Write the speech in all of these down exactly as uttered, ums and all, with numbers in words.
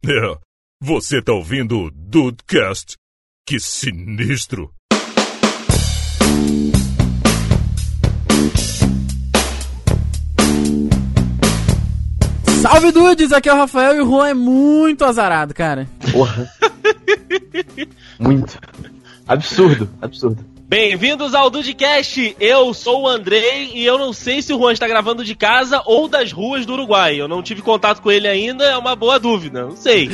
É, você tá ouvindo o Dudecast? Que sinistro! Salve, dudes! Aqui é o Rafael e o Juan é muito azarado, cara. Porra. Muito. Absurdo, absurdo. Bem-vindos ao Dudecast, eu sou o Andrei e eu não sei se o Juan está gravando de casa ou das ruas do Uruguai. Eu não tive contato com ele ainda, é uma boa dúvida, não sei.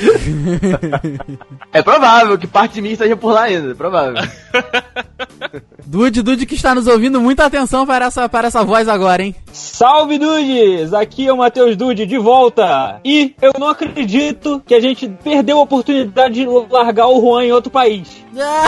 É provável que parte de mim esteja por lá ainda, é provável. Dude, Dude que está nos ouvindo, muita atenção para essa, para essa voz agora, hein? Salve, Dudes! Aqui é o Matheus Dude de volta. E eu não acredito que a gente perdeu a oportunidade de largar o Juan em outro país.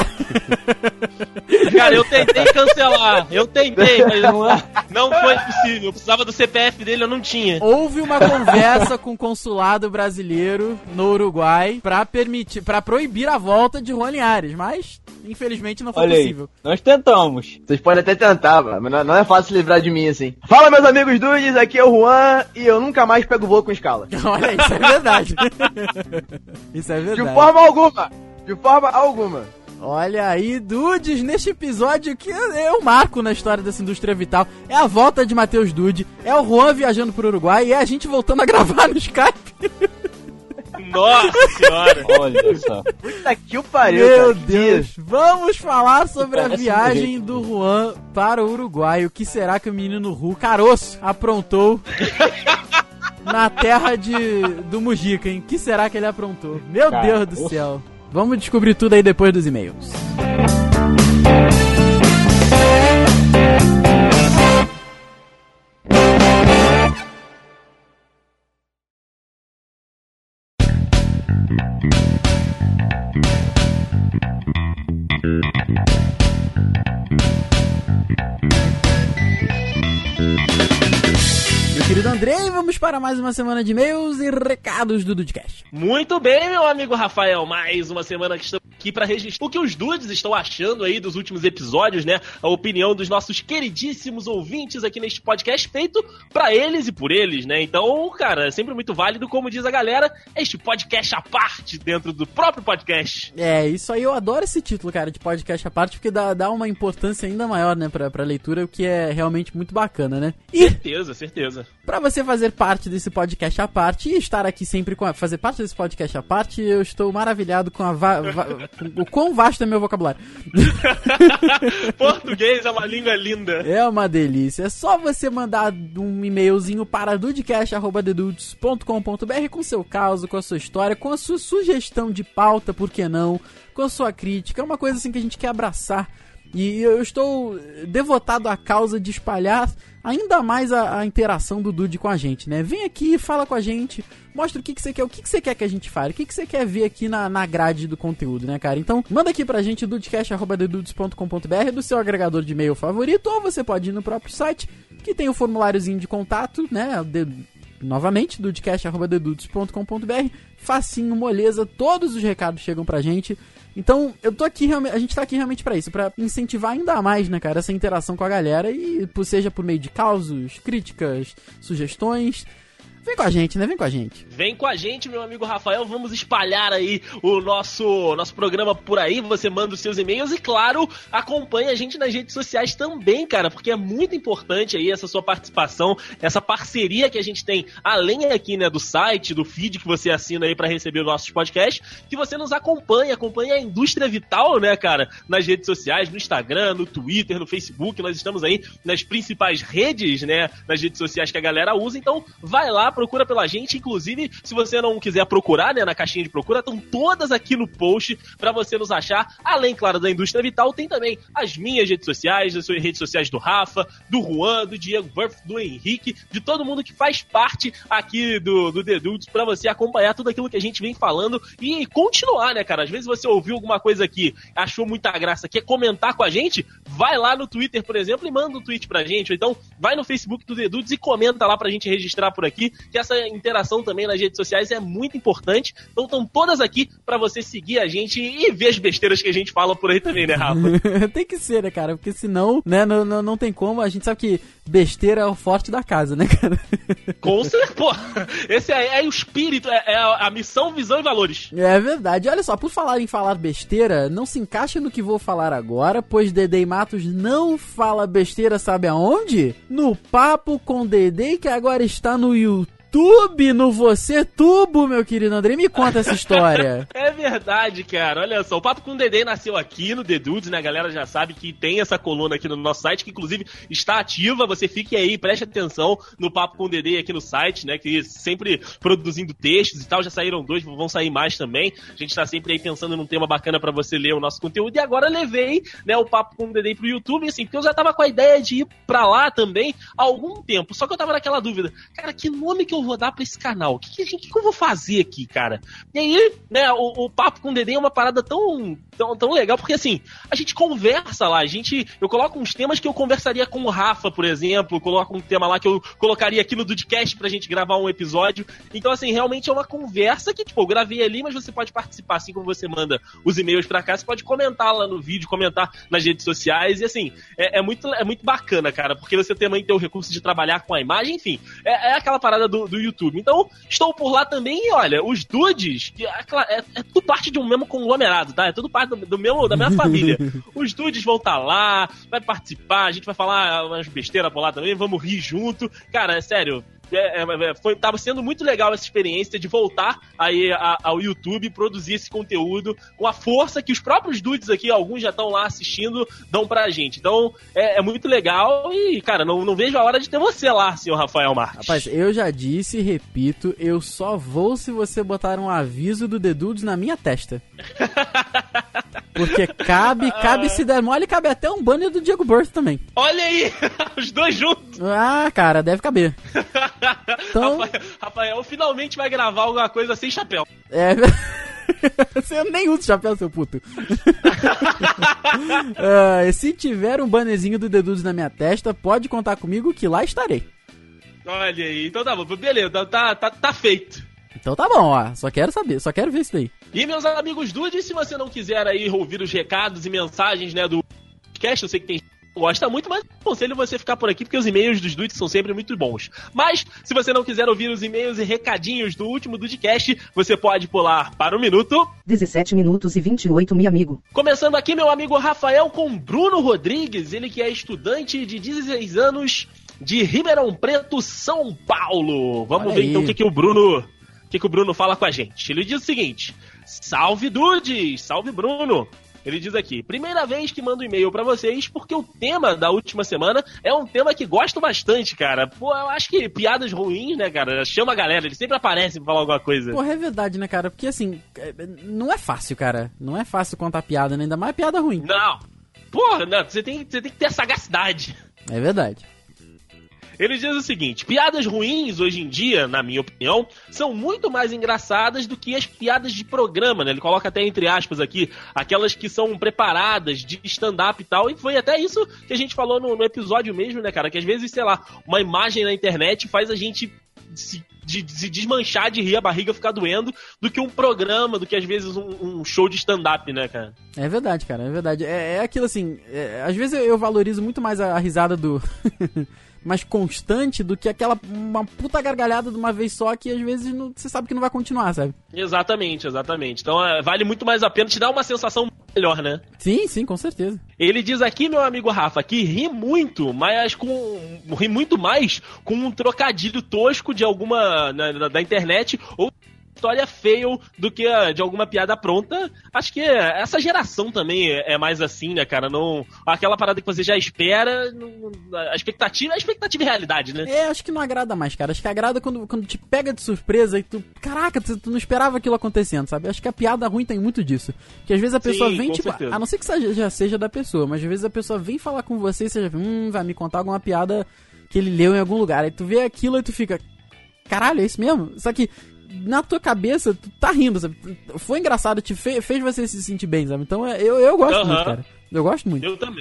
Cara, eu tentei cancelar, eu tentei, mas não, não foi possível. Eu precisava do C P F dele, eu não tinha. Houve uma conversa com o consulado brasileiro no Uruguai pra permitir, para proibir a volta de Juan Linhares, mas infelizmente não foi Olha possível. Aí, nós tentamos. Vocês podem até tentar, mas não é fácil se livrar de mim assim. Fala, meus amigos dudes, aqui é o Juan e eu nunca mais pego voo com escala. Olha, isso é verdade. Isso é verdade. De forma alguma. De forma alguma. Olha aí, dudes, neste episódio que é um marco na história dessa indústria vital. É a volta de Matheus Dude, é o Juan viajando pro Uruguai e é a gente voltando a gravar no Skype. Nossa senhora! Olha só. Puta que o pariu, Meu cara. Deus, vamos falar sobre a Parece viagem jeito. do Juan para o Uruguai. O que será que o menino Ru Caroço aprontou na terra de, do Mujica, hein? O que será que ele aprontou? Meu Cara, Deus do ufa. céu. Vamos descobrir tudo aí depois dos e-mails. Meu querido Andrei, vamos para mais uma semana de e-mails e recados do Dudecast. Muito bem, meu amigo Rafael, mais uma semana que estamos aqui para registrar o que os dudes estão achando aí dos últimos episódios, né? A opinião dos nossos queridíssimos ouvintes aqui neste podcast feito para eles e por eles, né? Então, cara, é sempre muito válido, como diz a galera, este podcast à parte dentro do próprio podcast. É, isso aí eu adoro esse título, cara, de podcast à parte, porque dá, dá uma importância ainda maior, né, pra, pra leitura, o que é realmente muito bacana, né? E Certeza, certeza. pra você fazer parte desse podcast à parte e estar aqui sempre com a, fazer parte desse podcast à parte, eu estou maravilhado com a va, va, com o quão vasto é meu vocabulário. Português é uma língua linda. É uma delícia. É só você mandar um e-mailzinho para dudecast arroba the dudes ponto com ponto b r com seu caso, com a sua história, com a sua sugestão de pauta, por que não, com a sua crítica. É uma coisa assim que a gente quer abraçar. E eu estou devotado à causa de espalhar ainda mais a, a interação do Dude com a gente, né? Vem aqui, fala com a gente, mostra o que, que você quer, o que, que você quer que a gente fale, o que, que você quer ver aqui na, na grade do conteúdo, né, cara? Então, manda aqui pra gente, dudecast arroba the dudes ponto com ponto b r, do seu agregador de e-mail favorito, ou você pode ir no próprio site, que tem o formuláriozinho de contato, né? De, novamente, dudecast arroba the dudes ponto com ponto b r, facinho, moleza, todos os recados chegam pra gente. Então, eu tô aqui, a gente tá aqui realmente pra isso, pra incentivar ainda mais, né, cara, essa interação com a galera, e seja por meio de causos, críticas, sugestões. Vem com a gente, né? Vem com a gente. Vem com a gente, meu amigo Rafael. Vamos espalhar aí o nosso, nosso programa por aí. Você manda os seus e-mails e, claro, acompanha a gente nas redes sociais também, cara, porque é muito importante aí essa sua participação, essa parceria que a gente tem, além aqui, né, do site, do feed que você assina aí pra receber os nossos podcasts, que você nos acompanha, acompanha a indústria vital, né, cara, nas redes sociais, no Instagram, no Twitter, no Facebook. Nós estamos aí nas principais redes, né, nas redes sociais que a galera usa. Então, vai lá, procura pela gente, inclusive, se você não quiser procurar, né, na caixinha de procura, estão todas aqui no post pra você nos achar. Além, claro, da Indústria Vital, tem também as minhas redes sociais, as redes sociais do Rafa, do Juan, do Diego Burff, do Henrique, de todo mundo que faz parte aqui do, do The Dudes, pra você acompanhar tudo aquilo que a gente vem falando e continuar, né, cara? Às vezes você ouviu alguma coisa aqui, achou muita graça, quer comentar com a gente, vai lá no Twitter, por exemplo, e manda um tweet pra gente, ou então vai no Facebook do The Dudes e comenta lá pra gente registrar por aqui, que essa interação também nas redes sociais é muito importante. Então estão todas aqui pra você seguir a gente e ver as besteiras que a gente fala por aí também, né, Rafa? Tem que ser, né, cara? Porque senão, né, não, não, não tem como. A gente sabe que besteira é o forte da casa, né, cara? Com certeza, pô. Esse é, é o espírito, é, é a missão, visão e valores. É verdade. Olha só, por falar em falar besteira, não se encaixa no que vou falar agora, pois Dedei Matos não fala besteira, sabe aonde? No Papo com Dedei, que agora está no YouTube. YouTube no Você Tubo, meu querido André. Me conta essa história. É verdade, cara. Olha só, o Papo com o Dedê nasceu aqui no The Dudes, né? A galera já sabe que tem essa coluna aqui no nosso site, que inclusive está ativa. Você fique aí, preste atenção no Papo com o Dedê aqui no site, né? Que sempre produzindo textos e tal. Já saíram dois, vão sair mais também. A gente tá sempre aí pensando num tema bacana pra você ler o nosso conteúdo. E agora levei, né, o Papo com o Dedê pro YouTube, assim, porque eu já tava com a ideia de ir pra lá também há algum tempo. Só que eu tava naquela dúvida. Cara, que nome que eu vou dar pra esse canal? O que, que, que, que eu vou fazer aqui, cara? E aí, né, o, o Papo com o Dedê é uma parada tão, tão, tão legal, porque assim, a gente conversa lá, a gente, eu coloco uns temas que eu conversaria com o Rafa, por exemplo, coloco um tema lá que eu colocaria aqui no Dudcast pra gente gravar um episódio. Então, assim, realmente é uma conversa que, tipo, eu gravei ali, mas você pode participar, assim como você manda os e-mails pra cá, você pode comentar lá no vídeo, comentar nas redes sociais, e assim, é, é, muito, é muito bacana, cara, porque você também tem o recurso de trabalhar com a imagem, enfim, é, é aquela parada do, do YouTube. Então, estou por lá também e olha, os dudes, que é, é, é tudo parte de um mesmo conglomerado, tá? É tudo parte do, do mesmo, da mesma família. Os dudes vão estar tá lá, vai participar, a gente vai falar umas besteiras por lá também, vamos rir junto. Cara, é sério, É, é, foi, tava sendo muito legal essa experiência de voltar aí a, ao YouTube e produzir esse conteúdo com a força que os próprios dudes aqui, alguns já estão lá assistindo, dão pra gente. Então, é, é muito legal e, cara, não, não vejo a hora de ter você lá, senhor Rafael Marques. Rapaz, eu já disse e repito, eu só vou se você botar um aviso do The Dudes na minha testa. Porque cabe, cabe se der mole, cabe até um banner do Diego Burst também. Olha aí, os dois juntos. Ah, cara, deve caber. Então... Rafael, Rafael finalmente vai gravar alguma coisa sem chapéu. É... Você nem usa chapéu, seu puto. uh, se tiver um bannerzinho do The Dudes na minha testa, pode contar comigo que lá estarei. Olha aí, então tá bom, beleza, tá, tá, tá feito. Então tá bom, ó, só quero saber, só quero ver isso daí. E meus amigos dudes, se você não quiser aí ouvir os recados e mensagens, né, do podcast, eu sei que tem gosta muito, mas aconselho você ficar por aqui porque os e-mails dos dudes são sempre muito bons. Mas, se você não quiser ouvir os e-mails e recadinhos do último Dudcast, você pode pular para o minuto... dezessete minutos e vinte e oito, meu amigo. Começando aqui, meu amigo Rafael com Bruno Rodrigues, ele que é estudante de dezesseis anos de Ribeirão Preto, São Paulo. Vamos Olha ver aí. Então o que, que o Bruno... O que, que o Bruno fala com a gente. Ele diz o seguinte: salve dudes, salve Bruno. Ele diz aqui, primeira vez que mando e-mail pra vocês, porque o tema da última semana é um tema que gosto bastante, cara. Pô, eu acho que piadas ruins, né, cara? Chama a galera, eles sempre aparecem pra falar alguma coisa. Porra, é verdade, né, cara? Porque, assim, não é fácil, cara. Não é fácil contar piada, né? Ainda mais piada ruim. Não. Porra, não, você tem, você tem que ter sagacidade. É verdade. Ele diz o seguinte: piadas ruins hoje em dia, na minha opinião, são muito mais engraçadas do que as piadas de programa, né? Ele coloca até entre aspas aqui, aquelas que são preparadas de stand-up e tal, e foi até isso que a gente falou no, no episódio mesmo, né, cara? Que às vezes, sei lá, uma imagem na internet faz a gente se, de, se desmanchar de rir, a barriga ficar doendo, do que um programa, do que às vezes um, um show de stand-up, né, cara? É verdade, cara, é verdade. É, é aquilo assim, é, às vezes eu, eu valorizo muito mais a, a risada do... mais constante do que aquela uma puta gargalhada de uma vez só que às vezes não, você sabe que não vai continuar, sabe? Exatamente, exatamente. Então é, vale muito mais a pena, te dar uma sensação melhor, né? Sim, sim, com certeza. Ele diz aqui, meu amigo Rafa, que ri muito, mas com... ri muito mais com um trocadilho tosco de alguma... Na, da internet ou história fail do que a, de alguma piada pronta. Acho que essa geração também é mais assim, né, cara? Não, aquela parada que você já espera, não, a expectativa, a expectativa é realidade, né? É, acho que não agrada mais, cara. Acho que agrada quando, quando te pega de surpresa e tu, caraca, tu, tu não esperava aquilo acontecendo, sabe? Acho que a piada ruim tem muito disso. Que às vezes a pessoa Sim, vem, tipo, certeza. A não ser que já seja da pessoa, mas às vezes a pessoa vem falar com você e você já, hum, vai me contar alguma piada que ele leu em algum lugar. Aí tu vê aquilo e tu fica, caralho, é isso mesmo? Só que na tua cabeça, tu tá rindo, sabe? Foi engraçado, te fez, fez você se sentir bem, sabe? Então eu, eu gosto uhum. muito, cara. Eu gosto muito. Eu também.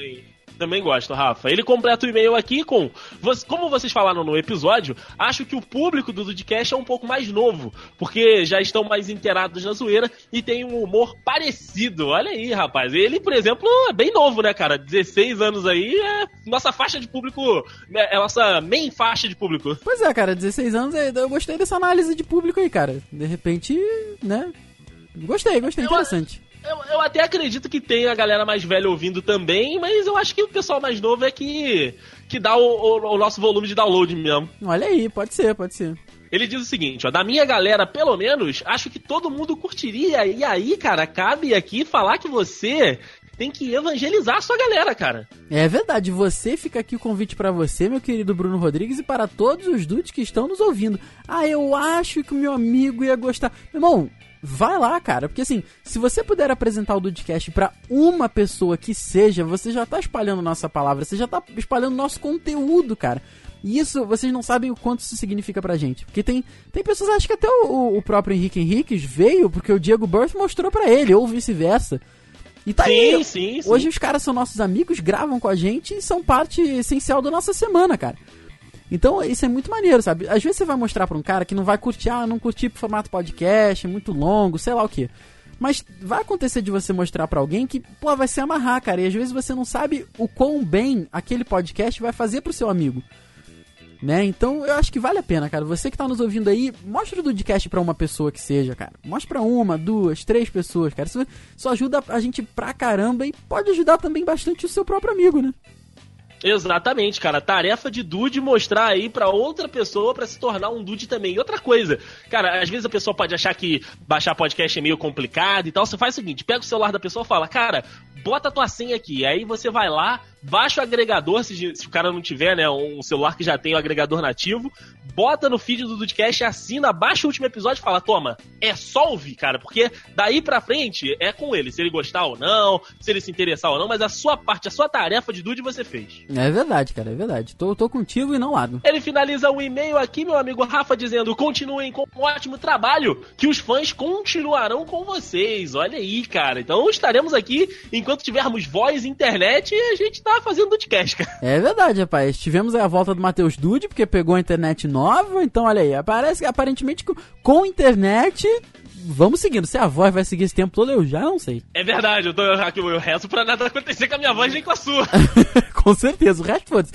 Também gosto, Rafa. Ele completa o e-mail aqui com... Como vocês falaram no episódio, acho que o público do Dudcast é um pouco mais novo, porque já estão mais inteirados na zoeira e tem um humor parecido. Olha aí, rapaz. Ele, por exemplo, é bem novo, né, cara? dezesseis anos aí é nossa faixa de público, é nossa main faixa de público. Pois é, cara, dezesseis anos, eu gostei dessa análise de público aí, cara. De repente, né? Gostei, gostei, interessante. Eu, eu até acredito que tem a galera mais velha ouvindo também, mas eu acho que o pessoal mais novo é que, que dá o, o, o nosso volume de download mesmo. Olha aí, pode ser, pode ser. Ele diz o seguinte, ó, da minha galera, pelo menos, acho que todo mundo curtiria. E aí, cara, cabe aqui falar que você tem que evangelizar a sua galera, cara. É verdade, você fica aqui o convite pra você, meu querido Bruno Rodrigues, e para todos os dudes que estão nos ouvindo. Ah, eu acho que o meu amigo ia gostar. Meu irmão, vai lá, cara, porque assim, se você puder apresentar o Dudcast pra uma pessoa que seja, você já tá espalhando nossa palavra, você já tá espalhando nosso conteúdo, cara. E isso, vocês não sabem o quanto isso significa pra gente. Porque tem, tem pessoas, acho que até o, o próprio Henrique Henriques veio porque o Diego Birth mostrou pra ele, ou vice-versa. E tá sim, aí, sim, sim. Hoje os caras são nossos amigos, gravam com a gente e são parte essencial da nossa semana, cara. Então, isso é muito maneiro, sabe? Às vezes você vai mostrar pra um cara que não vai curtir, ah, não curti pro formato podcast, é muito longo, sei lá o quê. Mas vai acontecer de você mostrar pra alguém que, pô, vai se amarrar, cara. E às vezes você não sabe o quão bem aquele podcast vai fazer pro seu amigo. Né? Então, eu acho que vale a pena, cara. Você que tá nos ouvindo aí, mostra o Dudcast pra uma pessoa que seja, cara. Mostra pra uma, duas, três pessoas, cara. Isso, isso ajuda a gente pra caramba e pode ajudar também bastante o seu próprio amigo, né? Exatamente, cara. Tarefa de dude mostrar aí pra outra pessoa pra se tornar um dude também. E outra coisa, cara, às vezes a pessoa pode achar que baixar podcast é meio complicado e tal. Você faz o seguinte, pega o celular da pessoa e fala, cara, bota a tua senha aqui. Aí você vai lá, baixa o agregador, se, se o cara não tiver, né, um celular que já tem o agregador nativo, bota no feed do Dudcast, assina, baixa o último episódio e fala, toma, é só ouvir, cara, porque daí pra frente é com ele, se ele gostar ou não, se ele se interessar ou não, mas a sua parte, a sua tarefa de dude você fez. É verdade, cara, é verdade. Tô, tô contigo e não largo. Ele finaliza o e-mail aqui, meu amigo Rafa, dizendo, continuem com um ótimo trabalho, que os fãs continuarão com vocês. Olha aí, cara. Então estaremos aqui, enquanto tivermos voz e internet, a gente tá fazendo Dudcast, cara. É verdade, rapaz. Tivemos aí a volta do Matheus Dude, porque pegou a internet nova, então olha aí, parece que aparentemente com, com internet... Vamos seguindo. Se a voz vai seguir esse tempo todo, eu já não sei. É verdade, eu, tô, eu, eu rezo pra nada acontecer com a minha voz nem com a sua. Com certeza, o resto foda-se.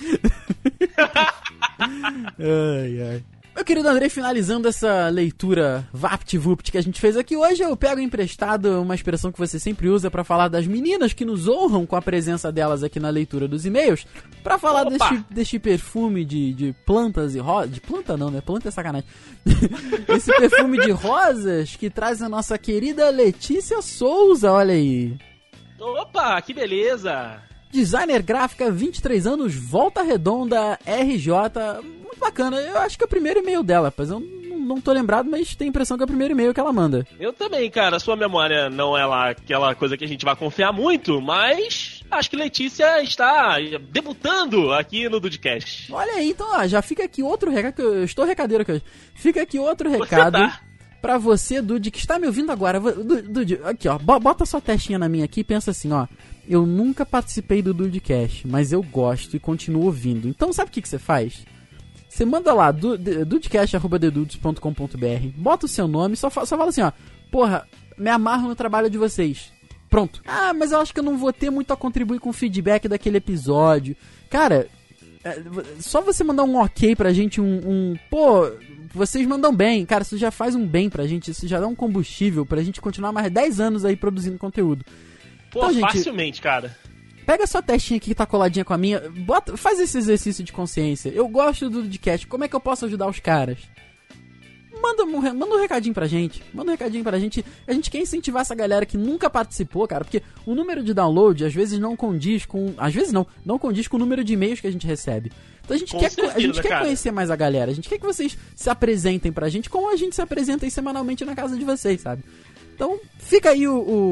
Ai, ai. Meu querido Andrei, finalizando essa leitura VaptVupt que a gente fez aqui hoje, eu pego emprestado uma expressão que você sempre usa pra falar das meninas que nos honram com a presença delas aqui na leitura dos e-mails, pra falar deste, deste perfume de, de plantas e rosas. De planta não, né? Planta é sacanagem. Esse perfume de rosas que traz a nossa querida Letícia Souza, olha aí. Opa, que beleza! Designer gráfica, vinte e três anos, Volta Redonda, R J, muito bacana. Eu acho que é o primeiro e-mail dela, rapaz. Eu não, não tô lembrado, mas tenho a impressão que é o primeiro e-mail que ela manda. Eu também, cara. Sua memória não é lá aquela coisa que a gente vai confiar muito, mas acho que Letícia está debutando aqui no Dudcast. Olha aí, então, ó, já fica aqui outro recado, que eu estou recadeiro aqui hoje. Fica aqui outro recado. Tá. Pra você, Dude, que está me ouvindo agora. Dude, aqui, ó, bota sua testinha na minha aqui e pensa assim, ó. Eu nunca participei do Dudecast, mas eu gosto e continuo ouvindo. Então, sabe o que, que você faz? Você manda lá, dudecast arroba the dudes ponto com ponto b r, bota o seu nome, só, só fala assim, ó. Porra, me amarro no trabalho de vocês. Pronto. Ah, mas eu acho que eu não vou ter muito a contribuir com o feedback daquele episódio. Cara, é, só você mandar um ok pra gente, um, um... Pô, vocês mandam bem. Cara, isso já faz um bem pra gente, isso já dá um combustível pra gente continuar mais dez anos aí produzindo conteúdo. Pô, então, gente, facilmente, cara. Pega a sua testinha aqui que tá coladinha com a minha, bota, faz esse exercício de consciência. Eu gosto do Dudcast, como é que eu posso ajudar os caras? Manda um, manda um recadinho pra gente, manda um recadinho pra gente. A gente quer incentivar essa galera que nunca participou, cara, porque o número de download às vezes não condiz com... Às vezes não, não condiz com o número de e-mails que a gente recebe. Então a gente, com quer, certeza, a gente quer cara. conhecer mais a galera, a gente quer que vocês se apresentem pra gente como a gente se apresenta aí semanalmente na casa de vocês, sabe? Então fica aí o...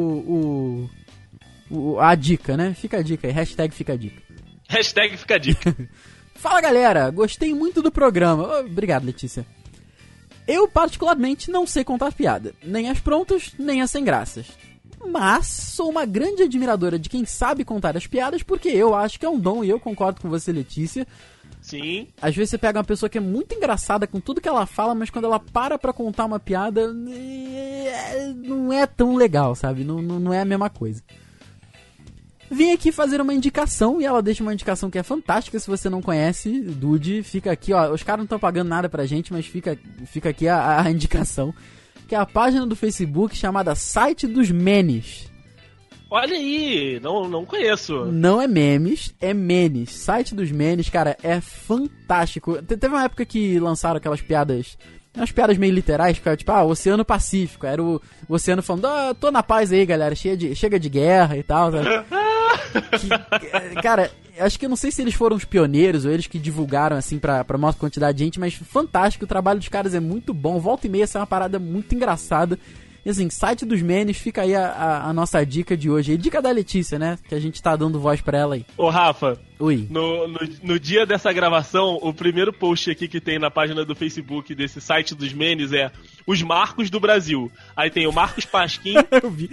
o, o, o a dica, né? Fica a dica aí, hashtag fica a dica. Hashtag fica a dica. Fala, galera, gostei muito do programa. Obrigado, Letícia. Eu, particularmente, não sei contar piada. Nem as prontas, nem as sem graças. mas sou uma grande admiradora de quem sabe contar as piadas, porque eu acho que é um dom, e eu concordo com você, Letícia. Sim. Às vezes você pega uma pessoa que é muito engraçada com tudo que ela fala, mas quando ela para pra contar uma piada, não é tão legal, sabe? Não, não, não é a mesma coisa. Vim aqui fazer uma indicação, e ela deixa uma indicação que é fantástica. Se você não conhece, Dude, fica aqui, ó. Os caras não estão pagando nada pra gente, mas fica, fica aqui a, a indicação. Que é a página do Facebook chamada Site dos Menes. Olha aí, não, não conheço. Não é memes, é menes. Site dos Menes, cara, é fantástico. Te, teve uma época que lançaram aquelas piadas, umas piadas meio literais, que era tipo, ah, Oceano Pacífico. Era o, o Oceano falando, ah, tô na paz aí, galera, chega de, chega de guerra e tal, sabe? que, cara, acho que eu não sei se eles foram os pioneiros ou eles que divulgaram, assim, pra, pra maior quantidade de gente, mas fantástico, o trabalho dos caras é muito bom. Volta e meia, essa é uma parada muito engraçada. E assim, Site dos Menes, fica aí a, a, a nossa dica de hoje. E dica da Letícia, né? Que a gente tá dando voz pra ela aí. Ô, Rafa. Oi. No, no, no dia dessa gravação, o primeiro post aqui que tem na página do Facebook desse Site dos Menes é Os Marcos do Brasil. Aí tem o Marcos Pasquim. Eu vi.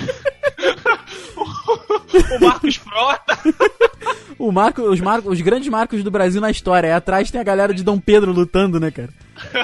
o, o Marcos Frota. o Marco, os, Marco, os grandes marcos do Brasil na história. Aí atrás tem a galera de Dom Pedro lutando, né, cara?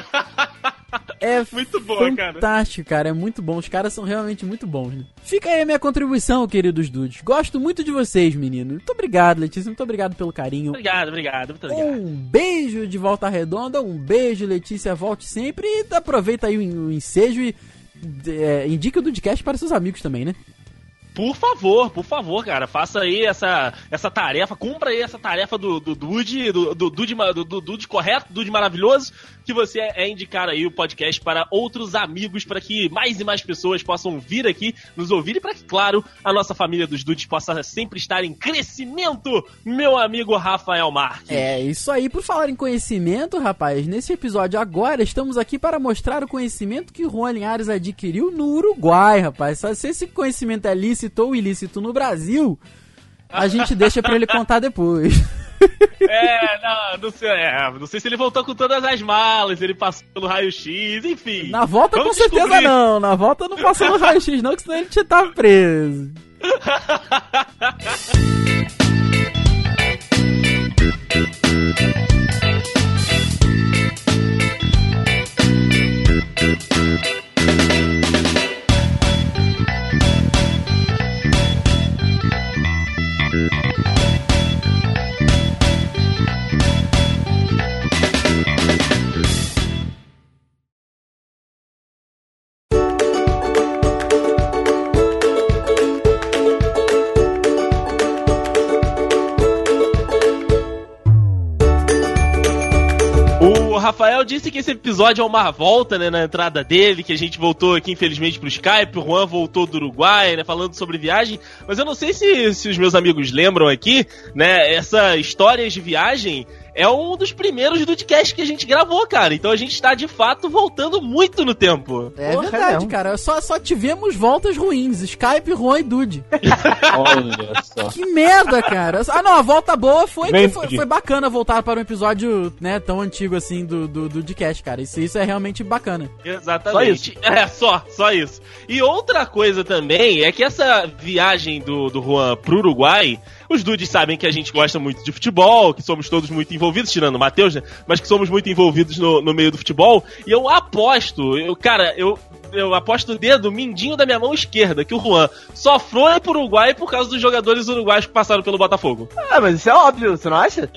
É muito bom, cara. Fantástico, cara. É muito bom. Os caras são realmente muito bons, né? Fica aí a minha contribuição, queridos dudes. Gosto muito de vocês, menino. Muito obrigado, Letícia. Muito obrigado pelo carinho. Obrigado, obrigado. Muito obrigado. Um beijo de Volta Redonda. Um beijo, Letícia. Volte sempre. E aproveita aí o ensejo e é, indica o Dudcast para seus amigos também, né? Por favor, por favor, cara, faça aí essa, essa tarefa, cumpra aí essa tarefa do, do Dude, do, do, Dude, do, do Dude correto, Dude maravilhoso, que você é, é indicar aí o podcast para outros amigos, para que mais e mais pessoas possam vir aqui, nos ouvir, e para que, claro, a nossa família dos Dudes possa sempre estar em crescimento, meu amigo Rafael Marques. É, isso aí. Por falar em conhecimento, rapaz, nesse episódio agora, estamos aqui para mostrar o conhecimento que o Juan Linhares adquiriu no Uruguai, rapaz. Se esse conhecimento é lícito ou ilícito no Brasil, a gente deixa pra ele contar depois. É, não, não sei, é, não sei se ele voltou com todas as malas, ele passou pelo raio-x, enfim. Na volta Vamos com certeza descobrir. não, na volta não passou no raio-x não, que senão ele tinha tava preso. O Rafael disse que esse episódio é uma volta, né, na entrada dele, que a gente voltou aqui, infelizmente, pro Skype, o Juan voltou do Uruguai, né, falando sobre viagem, mas eu não sei se, se os meus amigos lembram aqui, né, essa história de viagem é um dos primeiros Dudecast que a gente gravou, cara, então a gente está, de fato, voltando muito no tempo. É Porra, verdade, não. cara, só, só tivemos voltas ruins, Skype, Juan e Dude. Olha só. Que merda, cara. Ah, não, a volta boa foi Bem, que foi, foi bacana voltar para um episódio, né, tão antigo assim do, do, do Dudecast, cara. Isso, isso é realmente bacana. Exatamente. Só isso. É, só, só isso. E outra coisa também é que essa viagem do, do Juan pro Uruguai, os dudes sabem que a gente gosta muito de futebol, que somos todos muito envolvidos, tirando o Matheus, né? Mas que somos muito envolvidos no, no meio do futebol. E eu aposto, eu, cara, eu... eu aposto o dedo, o mindinho da minha mão esquerda, que o Juan só foi pro Uruguai por causa dos jogadores uruguaios que passaram pelo Botafogo. Ah, mas isso é óbvio, você não acha?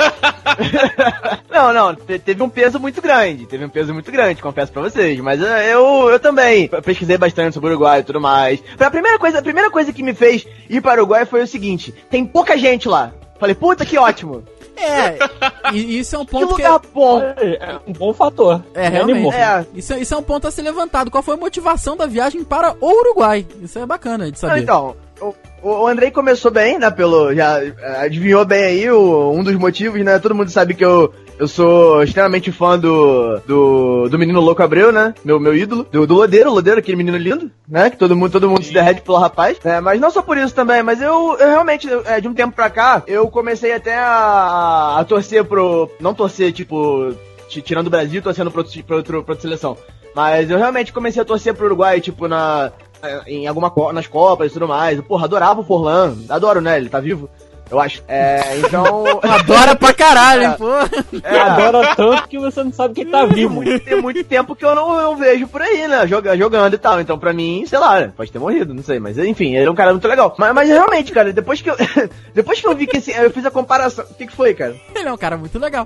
Não, não, te- teve um peso muito grande, teve um peso muito grande, confesso pra vocês, mas uh, eu, eu também pesquisei bastante sobre o Uruguai e tudo mais. A primeira coisa, a primeira coisa que me fez ir para o Uruguai foi o seguinte, tem pouca gente lá. Falei, puta, que ótimo. É, e isso é um Que ponto que... lugar bom. É um bom fator. É, Me realmente. animou. É. Isso, é- isso é um ponto a ser levantado. Qual foi a motivação da viagem para o Uruguai? Isso é bacana de Não, saber. então, o, o Andrei começou bem, né, pelo, já eh, adivinhou bem aí o, um dos motivos, né, todo mundo sabe que eu, eu sou extremamente fã do, do, do menino Louco Abreu, né, meu, meu ídolo, do, do Lodeiro, Lodeiro, aquele menino lindo, né, que todo mundo, todo mundo se derrete pelo rapaz, né, mas não só por isso também, mas eu, eu realmente, é, de um tempo pra cá, eu comecei até a, a torcer pro, não torcer, tipo, ti- tirando o Brasil, torcendo pra, outro, pra, outro, pra outra seleção, mas eu realmente comecei a torcer pro Uruguai, tipo, na... em alguma co- nas Copas e tudo mais. Eu, porra, adorava o Forlan. Adoro, né? Ele tá vivo, eu acho. É, então... Adora pra caralho, hein, pô. É, Adora tanto que você não sabe que tá vivo. tem muito tempo que eu não, não vejo por aí, né? Joga, jogando e tal. Então, pra mim, sei lá, né? Pode ter morrido, não sei. Mas, enfim, ele é um cara muito legal. Mas, mas realmente, cara, depois que eu... depois que eu vi que esse... Eu fiz a comparação... O que que foi, cara? Ele é um cara muito legal.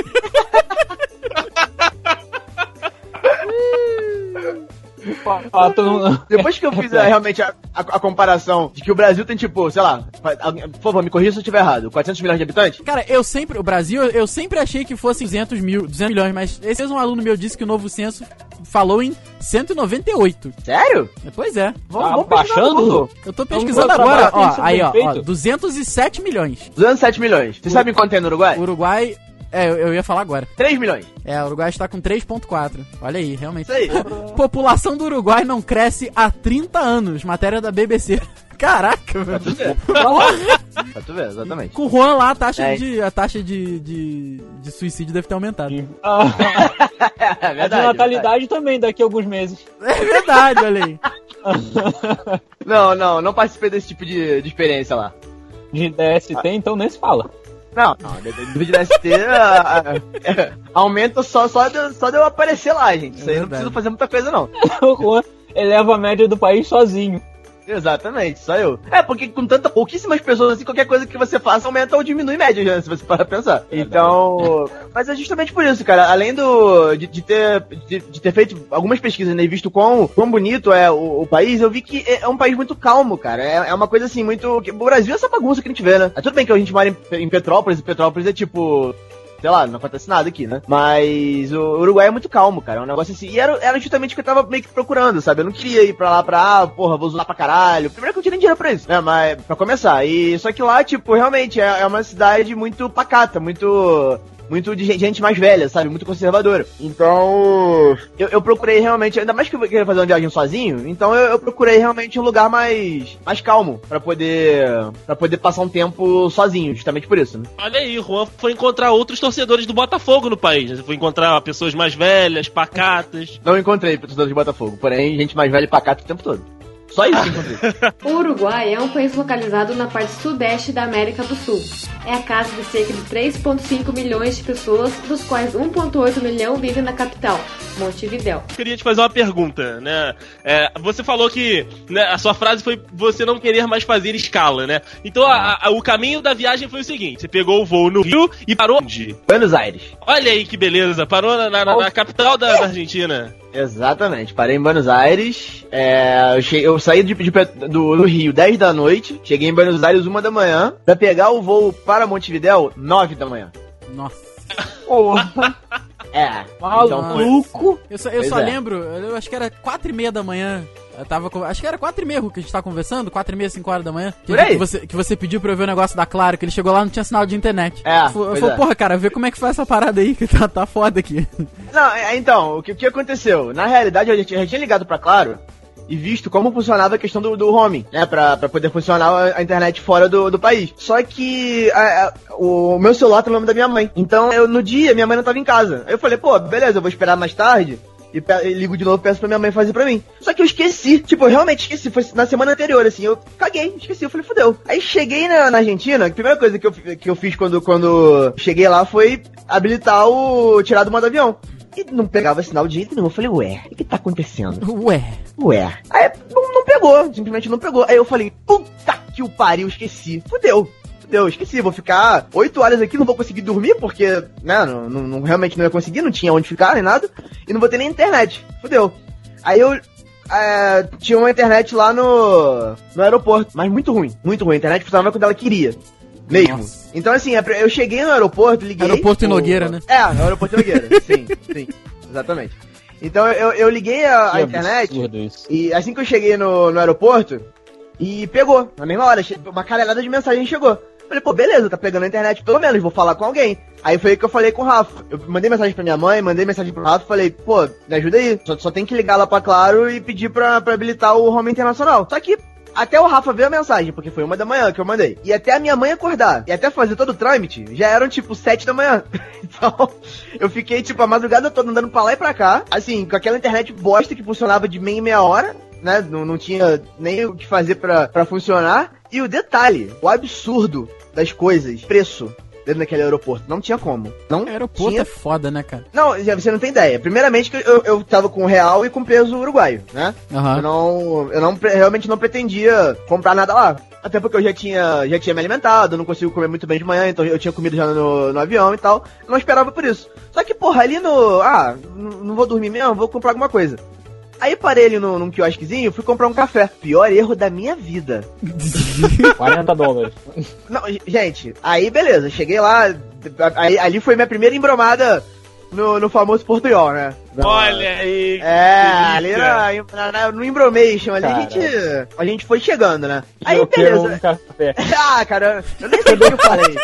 Ah, tu não- Depois que eu fiz a- realmente a, a, a comparação de que o Brasil tem, tipo, sei lá... alguém- Por favor, me corrija se eu estiver errado. quatrocentos milhões de habitantes? Cara, eu sempre, o Brasil, eu sempre achei que fosse duzentos mil, duzentos milhões, mas esse mesmo aluno meu disse que o novo censo falou em cento e noventa e oito. Sério? Pois é. Vamos, Tá vamos pesquisar, baixando? por favor. Eu tô pesquisando Vamos agora, trabalhar ó, isso aí, bem ó, ó, feito. duzentos e sete milhões. duzentos e sete milhões. Você sabe quanto tem no Uruguai? O Uruguai, é, eu, eu ia falar agora. três milhões. É, o Uruguai está com três ponto quatro. Olha aí, realmente. Isso aí. População do Uruguai não cresce há trinta anos. Matéria da B B C. Caraca, velho. Pra tu ver. Porra. Pra tu ver, exatamente. Com o Juan lá, a taxa, É. de, a taxa de, de, de suicídio deve ter aumentado. Ah, É a de natalidade também daqui a alguns meses. É verdade, olha aí. Não, não, não participei desse tipo de, de experiência lá. De D S T, então nem se fala. Não, não, do D S T a- a- é, aumenta só, só, de, eu- só de eu aparecer lá, gente. Isso aí não verdade. precisa fazer muita coisa, não. O Juan eleva a média do país sozinho. Exatamente, só eu. É, porque com tanta pouquíssimas pessoas assim, qualquer coisa que você faça aumenta ou diminui média, já, se você parar pra pensar. Então. Mas é justamente por isso, cara. Além do. de, de ter. De, de ter feito algumas pesquisas, né, e visto quão, quão bonito é o, o país, eu vi que é, é um país muito calmo, cara. É, é uma coisa assim, muito. que- O Brasil é essa bagunça que a gente vê, né? É tudo bem que a gente mora em, em Petrópolis, e Petrópolis é tipo. Sei lá, não acontece nada aqui, né? Mas o Uruguai é muito calmo, cara. É um negócio assim. E era, era justamente o que eu tava meio que procurando, sabe? Eu não queria ir pra lá pra, ah, porra, vou zoar pra caralho. Primeiro que eu tinha nem dinheiro pra isso, né? Mas, pra começar. E só que lá, tipo, realmente é, é uma cidade muito pacata, muito. Muito de gente- gente mais velha, sabe? Muito conservadora. Então, eu, eu procurei realmente, ainda mais que eu queria fazer uma viagem sozinho, então eu, eu procurei realmente um lugar mais, mais calmo pra poder, para poder passar um tempo sozinho, justamente por isso, né? Olha aí, o Juan foi encontrar outros torcedores do Botafogo no país. Né? Você foi encontrar pessoas mais velhas, pacatas. Não encontrei torcedores de Botafogo, porém, gente mais velha e pacata o tempo todo. Só isso que eu encontrei. O Uruguai é um país localizado na parte sudeste da América do Sul. É a casa de cerca de três vírgula cinco milhões de pessoas, dos quais um vírgula oito milhão vivem na capital, Montevidéu. Queria te fazer uma pergunta, né? É, você falou que né, a sua frase foi você não querer mais fazer escala, né? Então a- a- o caminho da viagem foi o seguinte: você pegou o voo no Rio e parou onde? Buenos Aires. Olha aí que beleza, parou na, na- na capital da, da Argentina. Exatamente, parei em Buenos Aires. É, eu, cheguei, eu saí de, de- do, do Rio dez da noite, cheguei em Buenos Aires uma da manhã, pra pegar o voo para Montevidéu nove da manhã. Nossa. Porra, É, então foi. maluco. Eu só, eu Pois só é. lembro, eu acho que era quatro e meia da manhã. Eu tava com, acho que era quatro e meia que a gente tava conversando, quatro e meia, cinco horas da manhã. Que, Por aí. que você, que você pediu pra eu ver o negócio da Claro, que ele chegou lá e não tinha sinal de internet. É, eu fa- eu pois falei, é. porra, cara, vê como é que faz essa parada aí, que tá, tá foda aqui. Não, é, então, o que, o que aconteceu? Na realidade, eu já tinha, já tinha ligado pra Claro e visto como funcionava a questão do, do roaming, né? Pra, pra poder funcionar a, a internet fora do, do país. Só que a- a- o meu celular tá no nome da minha mãe. Então, eu, no dia, minha mãe não tava em casa. Aí eu falei, pô, beleza, eu vou esperar mais tarde. E, pe- e ligo de novo e peço pra minha mãe fazer pra mim. Só que eu esqueci. Tipo, eu realmente esqueci. Foi na semana anterior, assim. Eu caguei, esqueci. Eu falei, fudeu. Aí cheguei na, na Argentina. A primeira coisa que eu, fi- que eu fiz quando, quando cheguei lá foi habilitar o... tirar do modo avião. E não pegava sinal de jeito nenhum. Eu falei, ué, o que tá acontecendo? Ué. Ué. Aí não, não pegou. Simplesmente não pegou. Aí eu falei, puta que o pariu, esqueci. Fudeu. Fudeu, esqueci. Vou ficar oito horas aqui, não vou conseguir dormir, porque, né, não, não- não- realmente não ia conseguir, não tinha onde ficar nem nada. E não vou ter nem internet. Fudeu. Aí eu... é, tinha uma internet lá no, no aeroporto, mas muito ruim, muito ruim. A internet funcionava quando ela queria, mesmo. Nossa. Então assim, eu cheguei no aeroporto, liguei... Aeroporto em o- Nogueira, né? É, no aeroporto em Nogueira, sim, sim, exatamente. Então eu, eu liguei a, a Que internet, absurdo isso. e assim que eu cheguei no, no aeroporto, e pegou, na mesma hora, che- uma caralhada de mensagem chegou. Falei, pô, beleza, tá pegando a internet pelo menos, vou falar com alguém. Aí foi aí que eu falei com o Rafa. Eu mandei mensagem pra minha mãe, mandei mensagem pro Rafa, falei, pô, me ajuda aí. Só, só tem que ligar lá pra Claro e pedir pra, pra habilitar o home internacional. Só que até o Rafa ver a mensagem, porque foi uma da manhã que eu mandei. E até a minha mãe acordar, e até fazer todo o trâmite, já eram tipo sete da manhã. Então, eu fiquei tipo a madrugada toda andando pra lá e pra cá, assim, com aquela internet bosta que funcionava de meia em meia hora. né? Não, não tinha nem o que fazer pra, pra funcionar. E o detalhe, o absurdo das coisas, preço dentro daquele aeroporto, não tinha como. Não Aeroporto tinha... é foda, né, cara? Não, já você não tem ideia. Primeiramente que eu, eu tava com real e com peso uruguaio, né? Uhum. Eu não, eu não realmente não pretendia comprar nada lá. Até porque eu já tinha, já tinha me alimentado, eu não consigo comer muito bem de manhã, então eu tinha comido já no, no avião e tal. Eu não esperava por isso. Só que, porra, ali no... Ah, não vou dormir mesmo, vou comprar alguma coisa. Aí parei ali no, num quiosquezinho, fui comprar um café. Pior erro da minha vida. quarenta dólares. Não, gente, aí beleza, cheguei lá, aí, ali foi minha primeira embromada no, no famoso Portunhol, né? Olha aí. É, ali na, na, na, no Embromation, ali a gente, a gente foi chegando, né? Aí eu beleza. Um café. Ah, cara, eu nem sei o que eu falei.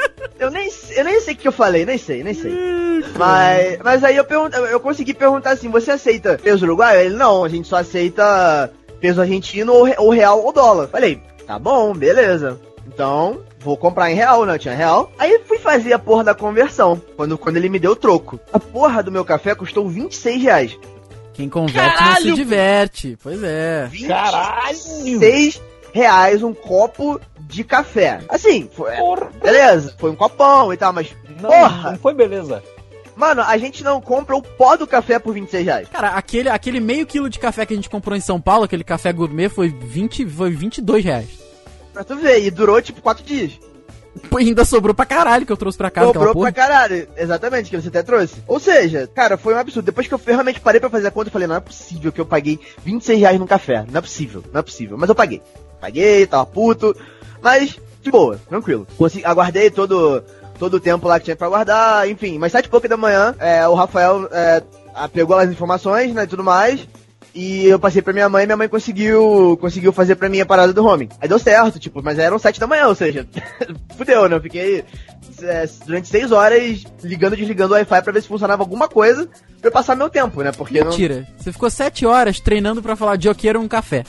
Eu nem, eu nem sei o que eu falei, nem sei, nem sei. Mas, mas aí eu, pergunto, eu consegui perguntar assim, você aceita peso uruguaio? Ele, não, a gente só aceita peso argentino ou, ou real ou dólar. Falei, tá bom, beleza. Então, vou comprar em real, né? Eu tinha real. Aí fui fazer a porra da conversão, quando, quando ele me deu o troco. A porra do meu café custou vinte e seis reais. Quem converte Caralho. Não se diverte. Pois é. Caralho! vinte e seis reais um copo de café. Assim, foi, beleza, foi um copão e tal, mas não, porra! Não foi beleza. Mano, a gente não compra o pó do café por vinte e seis reais. Cara, aquele, aquele meio quilo de café que a gente comprou em São Paulo, aquele café gourmet, foi, vinte, foi vinte e dois reais. Pra tu ver, e durou tipo quatro dias. Pô, ainda sobrou pra caralho que eu trouxe pra casa. Sobrou pra caralho, exatamente, que você até trouxe. Ou seja, cara, foi um absurdo. Depois que eu realmente parei pra fazer a conta, eu falei, não é possível que eu paguei vinte e seis reais num café. Não é possível, não é possível. Mas eu paguei. Paguei, tava puto. Mas, de boa, tranquilo. Consegui, aguardei todo, todo o tempo lá que tinha pra aguardar, enfim. Mas sete e pouca da manhã, é, o Rafael é, pegou as informações, né, e tudo mais. E eu passei pra minha mãe e minha mãe conseguiu conseguiu fazer pra mim a parada do roaming. Aí deu certo, tipo, mas eram sete da manhã, ou seja, fudeu, né? Eu fiquei é, durante seis horas ligando e desligando o Wi-Fi pra ver se funcionava alguma coisa pra eu passar meu tempo, né? Porque Mentira, não... você ficou sete horas treinando pra falar de eu quero um café.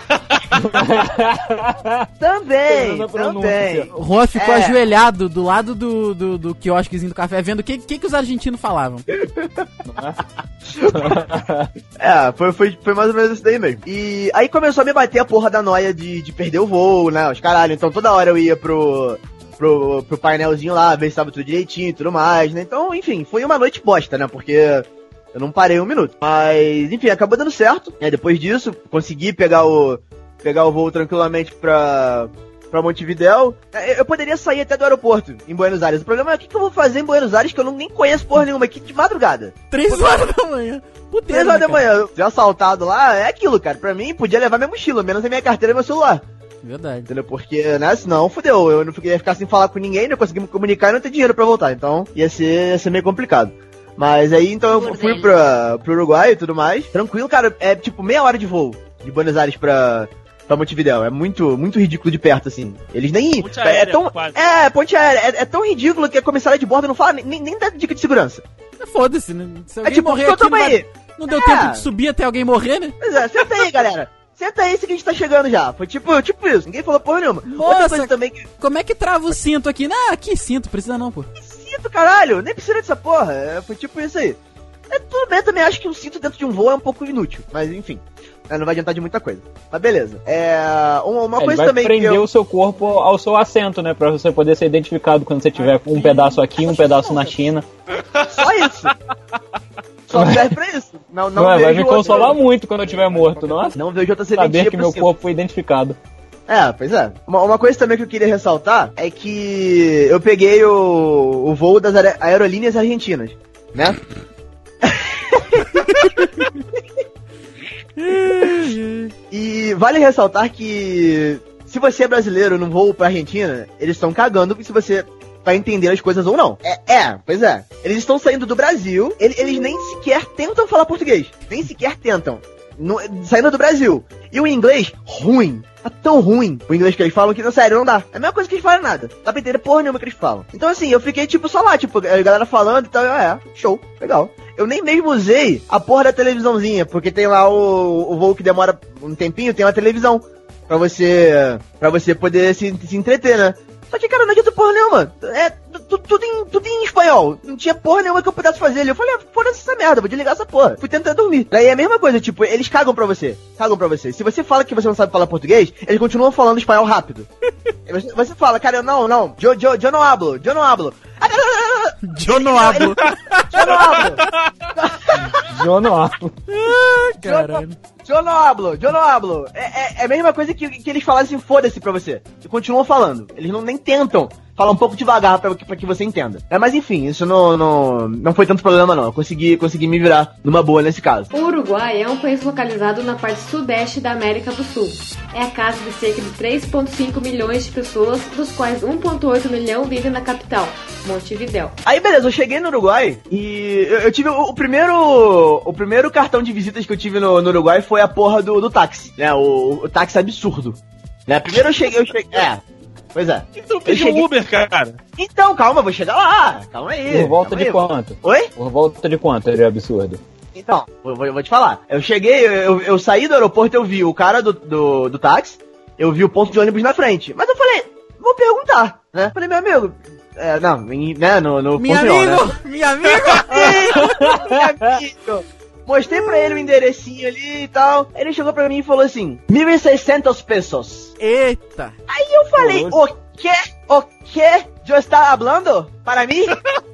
Também, também. O Juan ficou é. ajoelhado do lado do, do, do quiosquezinho do café, vendo o que, que, que os argentinos falavam. É, foi, foi, foi mais ou menos isso daí mesmo. E aí começou a me bater a porra da noia de, de perder o voo, né? Os caralho. Então toda hora eu ia pro, pro, pro painelzinho lá, ver se tava tudo direitinho e tudo mais, né? Então, enfim, foi uma noite bosta, né? Porque eu não parei um minuto. Mas, enfim, acabou dando certo. Né? Depois disso, consegui pegar o, pegar o voo tranquilamente pra... pra Montevidéu, eu poderia sair até do aeroporto em Buenos Aires. O problema é o que, que eu vou fazer em Buenos Aires que eu não, nem conheço porra nenhuma aqui de madrugada. Três horas da manhã. Três horas da manhã. Se assaltado lá, é aquilo, cara. Pra mim, podia levar minha mochila, menos a minha carteira e meu celular. Verdade. Entendeu? Porque, né, senão fudeu. Eu não ia ficar sem falar com ninguém, não conseguir me comunicar e não ter dinheiro pra voltar. Então, ia ser, ia ser meio complicado. Mas aí, então, eu fui pra, pro Uruguai e tudo mais. Tranquilo, cara. É tipo meia hora de voo de Buenos Aires pra... pra Montevidéu, é muito, muito ridículo de perto, assim. Eles nem... Ponte aérea, é, tão, quase. é, ponte aérea. É, é tão ridículo que a comissária de bordo não fala, nem, nem dá dica de segurança. Foda-se, né? Se alguém É tipo, morrer eu aqui, não, vai, aí. não deu É. tempo de subir até alguém morrer, né? Pois é, senta aí, galera. Senta aí, que a gente tá chegando já. Foi tipo, tipo isso, ninguém falou porra nenhuma. Outra Nossa, coisa também que... como é que trava o cinto aqui? Ah, que cinto, precisa não, pô. Que cinto, caralho? Nem precisa dessa porra. É, foi tipo isso aí. É, tudo bem, eu também acho que um cinto dentro de um voo é um pouco inútil. Mas, enfim. É, não vai adiantar de muita coisa. Mas beleza. É, uma, uma é, coisa vai também prender que eu... o seu corpo ao seu assento, né? Pra você poder ser identificado quando você tiver um pedaço aqui, um pedaço na China. Só isso. Só serve pra isso. Não, não, Não é, vai me outra... consolar muito quando eu estiver morto, nossa. Não vejo outra serventia Saber que meu cinto. corpo foi identificado. É, pois é. Uma, uma coisa também que eu queria ressaltar é que eu peguei o, o voo das aer- aerolíneas argentinas, né? E vale ressaltar que se você é brasileiro num voo pra Argentina, eles estão cagando se você vai entender as coisas ou não. É, é pois é. Eles estão saindo do Brasil, ele, eles nem sequer tentam falar português. Nem sequer tentam. No, saindo do Brasil. E o inglês, ruim. Tá tão ruim o inglês que eles falam que, não, sério, não dá. É a mesma coisa que eles falam nada. Dá pra entender porra nenhuma que eles falam. Então, assim, eu fiquei, tipo, só lá, tipo, a galera falando e tal. Eu, é, show, legal. Eu nem mesmo usei a porra da televisãozinha, porque tem lá o, o voo que demora um tempinho, tem uma televisão pra você, pra você poder se, se entreter, né? Só que, cara, não adianta porra nenhuma. É, tudo, tudo, em, tudo em espanhol. Não tinha porra nenhuma que eu pudesse fazer ali. Eu falei, ah, foda-se essa merda, vou desligar essa porra. Fui tentar dormir. Daí é a mesma coisa, tipo, eles cagam pra você. Cagam pra você. Se você fala que você não sabe falar português, eles continuam falando espanhol rápido. Você, você fala, cara, eu não, não, eu, eu, eu não hablo, eu não hablo. Eu não hablo. Eu não hablo. Eu não hablo. Caralho. Eu não hablo, eu não hablo. É, é, é a mesma coisa que, que eles falassem foda-se pra você. E continuam falando. Eles não nem tentam falar um pouco devagar pra, pra que você entenda. É, mas enfim, isso não, não, não foi tanto problema não. Eu consegui, consegui me virar numa boa nesse caso. O Uruguai é um país localizado na parte sudeste da América do Sul. É a casa de cerca de três vírgula cinco milhões de pessoas, dos quais um vírgula oito milhão vivem na capital, Montevidéu. Aí beleza, eu cheguei no Uruguai e eu, eu tive o, o primeiro o primeiro cartão de visitas que eu tive no, no Uruguai foi a porra do, do táxi, né? O, o táxi absurdo. Né? Primeiro eu cheguei, eu cheguei. É. Pois é. Então pediu cheguei... um Uber, cara. Então, calma, vou chegar lá. Calma aí. Por volta calma de aí. quanto? Oi? Por volta de quanto ele é absurdo? Então, eu vou, eu vou te falar. Eu cheguei, eu, eu saí do aeroporto, eu vi o cara do, do, do táxi, eu vi o ponto de ônibus na frente. Mas eu falei, vou perguntar, né? Falei, meu amigo, é, não, né, no, no Meu ponto de amigo! ônibus, né? Meu amigo! Meu amigo! Mostrei pra ele o enderecinho ali e tal. Ele chegou pra mim e falou assim, mil e seiscentos pesos. Eita! Aí eu falei, Nossa. o quê? O quê? Eu está falando? Para mim?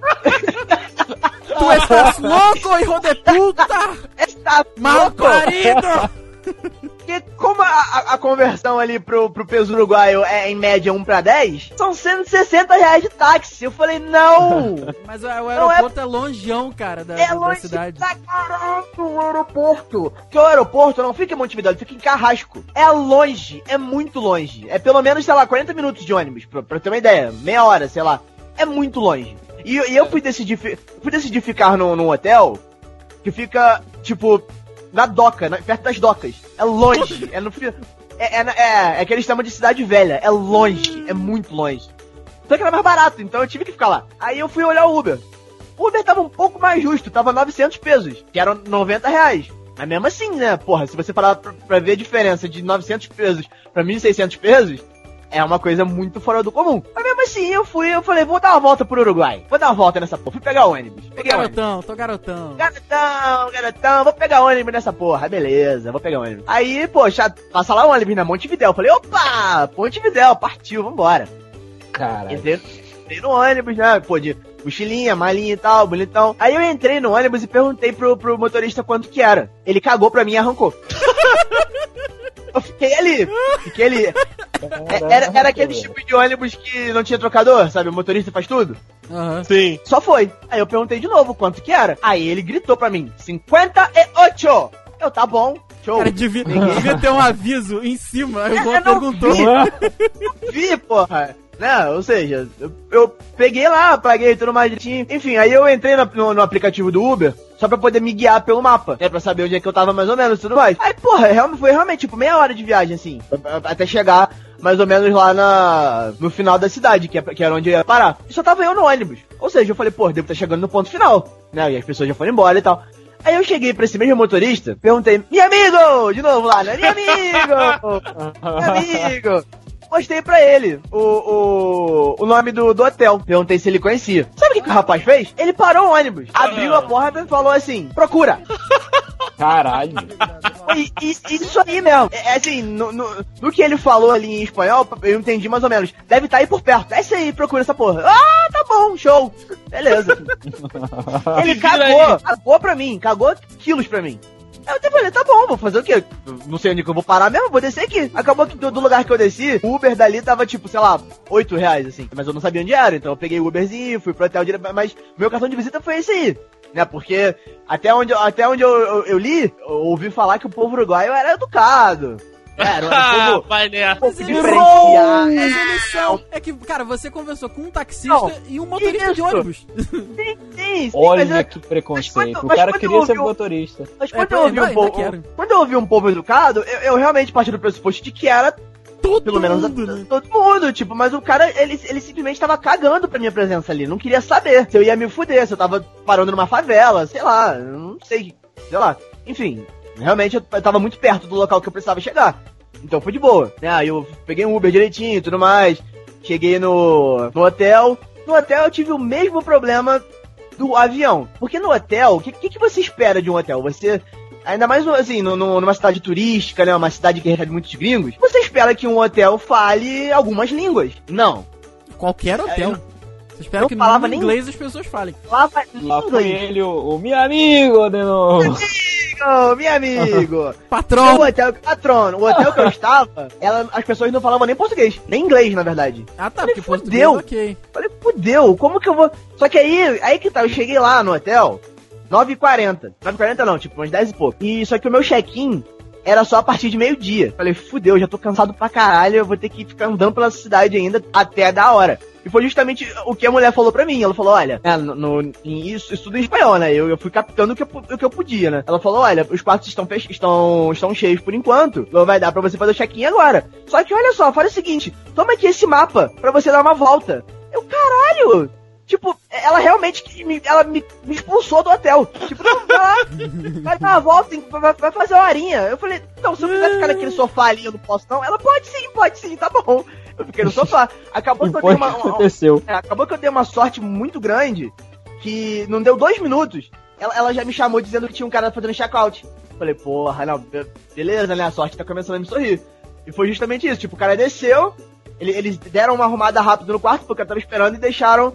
Tu estás louco, hijo de puta! Está Mal louco? parido! Porque como a, a, a conversão ali pro, pro peso uruguaio é em média um pra dez, são cento e sessenta reais de táxi. Eu falei, não! Mas o, o aeroporto é... é longeão, cara, da, É da longe cidade. pra caralho o aeroporto. Porque o aeroporto não fica em Montevidéu, ele fica em Carrasco. É longe, é muito longe. É pelo menos, sei lá, quarenta minutos de ônibus, pra, pra ter uma ideia. Meia hora, sei lá. É muito longe. E, e eu fui decidir, fui decidir ficar num, num hotel que fica, tipo, na doca, na, perto das docas. É longe. é no é, é, é, é que eles chamam de cidade velha. É longe, é muito longe. Só que era mais barato, então eu tive que ficar lá. Aí eu fui olhar o Uber. O Uber tava um pouco mais justo, tava novecentos pesos, que eram noventa reais. Mas mesmo assim, né, porra, se você parar pra, pra ver a diferença de novecentos pesos pra mil e seiscentos pesos, é uma coisa muito fora do comum. Mas mesmo assim, eu fui, eu falei, vou dar uma volta pro Uruguai. Vou dar uma volta nessa porra. Fui pegar ônibus. Peguei Tô ônibus. garotão, tô garotão. Garotão, garotão, vou pegar ônibus nessa porra. Beleza, vou pegar ônibus. Aí, poxa, passa lá o ônibus na Montevidéu. Falei, opa, Montevidéu, partiu, vambora. Caralho. Entrei, entrei no ônibus, né? Pô, de mochilinha, malinha e tal, bonitão. Aí eu entrei no ônibus e perguntei pro, pro motorista quanto que era. Ele cagou pra mim e arrancou. Eu fiquei ali, fiquei ali. Era, era aquele tipo de ônibus que não tinha trocador, sabe? O motorista faz tudo. Aham. Sim. Só foi. Aí eu perguntei de novo quanto que era. Aí ele gritou pra mim, cinquenta e oito. Eu, tá bom, show. Cara, devia, devia ter um aviso em cima. Aí o Juan Eu não perguntou. vi. Vi, porra. Né, ou seja, eu, eu peguei lá, paguei tudo mais direitinho. Enfim, aí eu entrei no, no, no aplicativo do Uber só pra poder me guiar pelo mapa, né, pra saber onde é que eu tava mais ou menos e tudo mais. Aí, porra, realmente, foi realmente tipo meia hora de viagem, assim, até chegar mais ou menos lá na, no final da cidade, que, é, que era onde eu ia parar. E só tava eu no ônibus. Ou seja, eu falei, pô, devo estar chegando no ponto final, né, e as pessoas já foram embora e tal. Aí eu cheguei pra esse mesmo motorista, perguntei, meu amigo! De novo lá, né? Meu amigo! Meu amigo! Mostrei pra ele o, o, o nome do, do hotel. Perguntei se ele conhecia. Sabe o que, que o rapaz fez? Ele parou o ônibus, abriu a porta e falou assim, procura. Caralho. E, e, isso aí mesmo. É, assim, no, no, no que ele falou ali em espanhol, eu entendi mais ou menos. Deve estar aí por perto. É isso aí, procura essa porra. Ah, tá bom, show. Beleza. Ele cagou, cagou pra mim, cagou quilos pra mim. Eu até falei, tá bom, vou fazer o quê? Não sei onde que eu vou parar mesmo, vou descer aqui. Acabou que do, do lugar que eu desci, o Uber dali tava tipo, sei lá, oito reais, assim. Mas eu não sabia onde era, então eu peguei o Uberzinho, fui pro hotel direto, mas meu cartão de visita foi esse aí. Né, porque até onde, até onde eu, eu, eu li, eu ouvi falar que o povo uruguaio era educado. Era, era um povo, vai nessa. um pouco Mas ele- diferenciado. Mas eles são. É que, cara, você conversou com um taxista Não, e um motorista isso. de ônibus. Sim, sim, sim, Olha mas eu- que preconceito. mas quando- O mas cara quando queria eu ser ouvi o- motorista. Mas É, quando, eu ainda- ouvi um ainda povo, quero. quando eu ouvi um povo educado, eu, eu realmente parti do pressuposto de que era Todo pelo menos a- mundo, né? todo mundo, tipo, mas o cara, ele, ele simplesmente tava cagando pra minha presença ali, não queria saber se eu ia me fuder, se eu tava parando numa favela, sei lá, não sei, sei lá. Enfim, realmente eu, eu tava muito perto do local que eu precisava chegar, então foi de boa, né, aí eu peguei um Uber direitinho e tudo mais, cheguei no, no hotel, No hotel eu tive o mesmo problema do avião. Porque no hotel, o que, que, que você espera de um hotel? Você... Ainda mais, assim, no, no, numa cidade turística, né? Uma cidade que recebe muitos gringos. Você espera que um hotel fale algumas línguas. Não. Qualquer hotel. É, você espera que no inglês as pessoas falem. Falava Lá foi ele, o, o meu amigo de novo. Amigo, meu amigo. Patrão. O hotel, patrono. O hotel que eu estava, ela, as pessoas não falavam nem português. Nem inglês, na verdade. Ah, tá. Falei, Porque fudeu. português, ok. Falei, fudeu. Como que eu vou... Só que aí, aí que tá, eu cheguei lá no hotel... nove e quarenta. nove e quarenta não, tipo, umas dez e pouco. E só que o meu check-in era só a partir de meio-dia. Falei, fudeu, já tô cansado pra caralho, eu vou ter que ficar andando pela cidade ainda até da hora. E foi justamente o que a mulher falou pra mim. Ela falou, olha, é, no, no, isso, isso tudo em espanhol, né? Eu, eu fui captando o que eu, o que eu podia, né? Ela falou, olha, os quartos estão, fech- estão, estão cheios por enquanto, não vai dar pra você fazer o check-in agora. Só que olha só, fala o seguinte, toma aqui esse mapa pra você dar uma volta. Eu, caralho... Tipo, ela realmente me, ela me, me expulsou do hotel. Tipo, não, vai lá, vai dar uma volta, vai, vai fazer uma horinha. Eu falei, não, se eu quiser ficar naquele sofá ali, eu não posso não. Ela, pode sim, pode sim, tá bom. Eu fiquei no sofá. Acabou que eu dei uma, uma, aconteceu. É, acabou que eu dei uma sorte muito grande, que não deu dois minutos, ela, ela já me chamou dizendo que tinha um cara fazendo check-out. Falei, porra, não, beleza, né, a sorte tá começando a me sorrir. E foi justamente isso, tipo, o cara desceu, eles deram uma arrumada rápida no quarto, porque eu tava esperando, e deixaram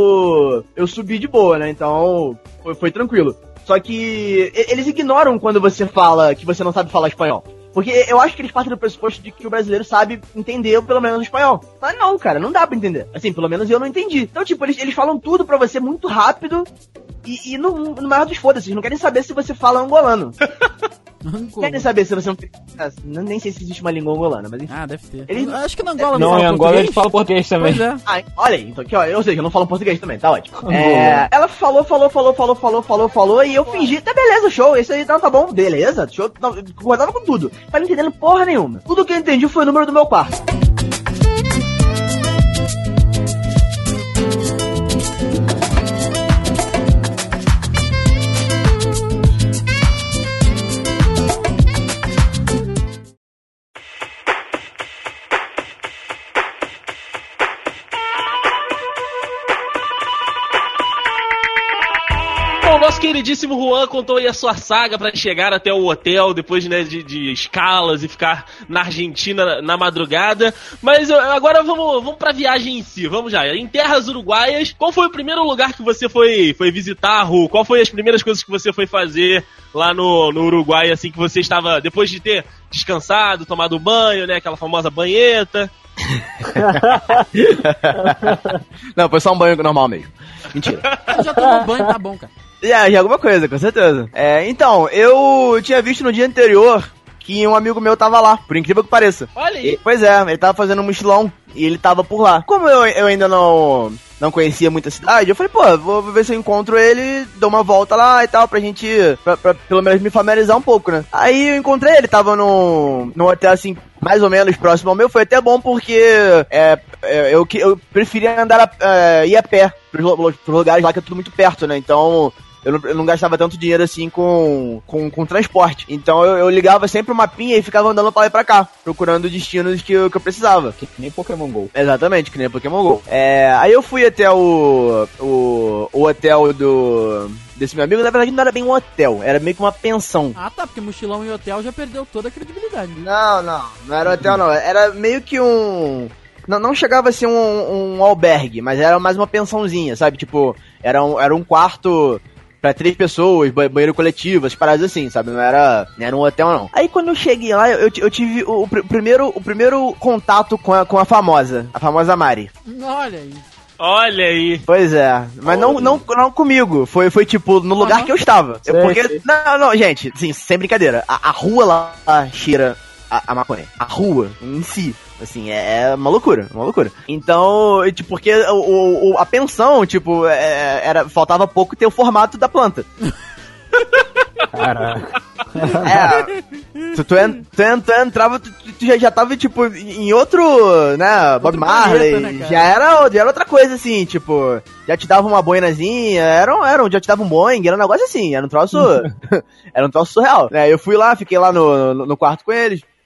eu eu subir de boa, né? Então, foi, foi tranquilo. Só que eles ignoram quando você fala que você não sabe falar espanhol. Porque eu acho que eles partem do pressuposto de que o brasileiro sabe entender pelo menos o espanhol. Mas não, cara, não dá pra entender. Assim, pelo menos eu não entendi. Então, tipo, eles, eles falam tudo pra você muito rápido e, e no, no maior dos foda-se, eles não querem saber se você fala angolano. Não querem saber se você não... Nem sei se existe uma língua angolana, mas enfim. Ah, deve ter. Eles... Acho que na Angola não, não, não fala em Angola português. eles falam português também. Pois é. Ah, olha aí, então aqui, ó, ou seja, eu não falo português também, tá ótimo. É, ela falou, falou, falou, falou, falou, falou, falou, e eu fingi, tá beleza, show, esse aí não tá bom, beleza, show, não, concordava com tudo. Tava entendendo porra nenhuma. Tudo que eu entendi foi o número do meu quarto. O nosso queridíssimo Juan contou aí a sua saga pra chegar até o hotel, depois, né, de, de escalas e ficar na Argentina na, na madrugada. Mas eu, agora vamos, vamos pra viagem em si, vamos já. Em terras uruguaias, qual foi o primeiro lugar que você foi, foi visitar, Ru? Qual foi as primeiras coisas que você foi fazer lá no, no Uruguai, assim, que você estava, depois de ter descansado, tomado banho, né, aquela famosa banheta? Não, foi só um banho normal mesmo. Mentira. Eu já tomou banho, tá bom, cara. Já, já alguma coisa, com certeza. É, então, eu tinha visto no dia anterior que um amigo meu tava lá, por incrível que pareça. Olha aí. E, pois é, ele tava fazendo um mochilão e ele tava por lá. Como eu, eu ainda não, não conhecia muito a cidade, eu falei, pô, vou ver se eu encontro ele, dou uma volta lá e tal, pra gente, pra, pra pelo menos me familiarizar um pouco, né? Aí eu encontrei ele, tava num, num hotel assim, mais ou menos próximo ao meu, foi até bom porque é, é, eu, eu preferia andar a, é, ir a pé pros, pros lugares lá que é tudo muito perto, né? Então... Eu não, eu não gastava tanto dinheiro assim com, com, com transporte. Então eu, eu ligava sempre o mapinha e ficava andando pra lá e pra cá, procurando destinos que eu, que eu precisava. Que nem Pokémon GO. Exatamente, que nem Pokémon GO. É, aí eu fui até o, o, o hotel do... desse meu amigo. Na verdade não era bem um hotel, era meio que uma pensão. Ah, tá, porque mochilão e hotel já perdeu toda a credibilidade. Não, não, não era hotel não. Era meio que um... Não, não chegava a ser um, um albergue, mas era mais uma pensãozinha, sabe? Tipo, era um, era um quarto... pra três pessoas, banheiro coletivo, as paradas assim, sabe? Não era, não era um hotel, não. Aí quando eu cheguei lá, eu, eu tive o, o, primeiro, o primeiro contato com a, com a famosa, a famosa Mari. Olha aí. Olha aí. Pois é, mas não, não, não comigo, foi, foi tipo no lugar uhum. que eu estava. Eu, porque, não, não, gente, assim, sem brincadeira, a, a rua lá cheira a, a maconha. A rua em si. Assim, é, é uma loucura, uma loucura. Então, tipo, porque o, o, a pensão, tipo, é, era, faltava pouco ter o formato da planta. Caraca. É, tu, tu, en, tu, en, tu entrava, tu, tu já, já tava, tipo, em outro, né, Bob Marley, planeta, né, já, era, já era outra coisa, assim, tipo, já te dava uma boinazinha, era, era, já te dava um Boeing, era um negócio assim, era um troço, era um troço surreal, né, eu fui lá, fiquei lá no, no, no quarto com eles.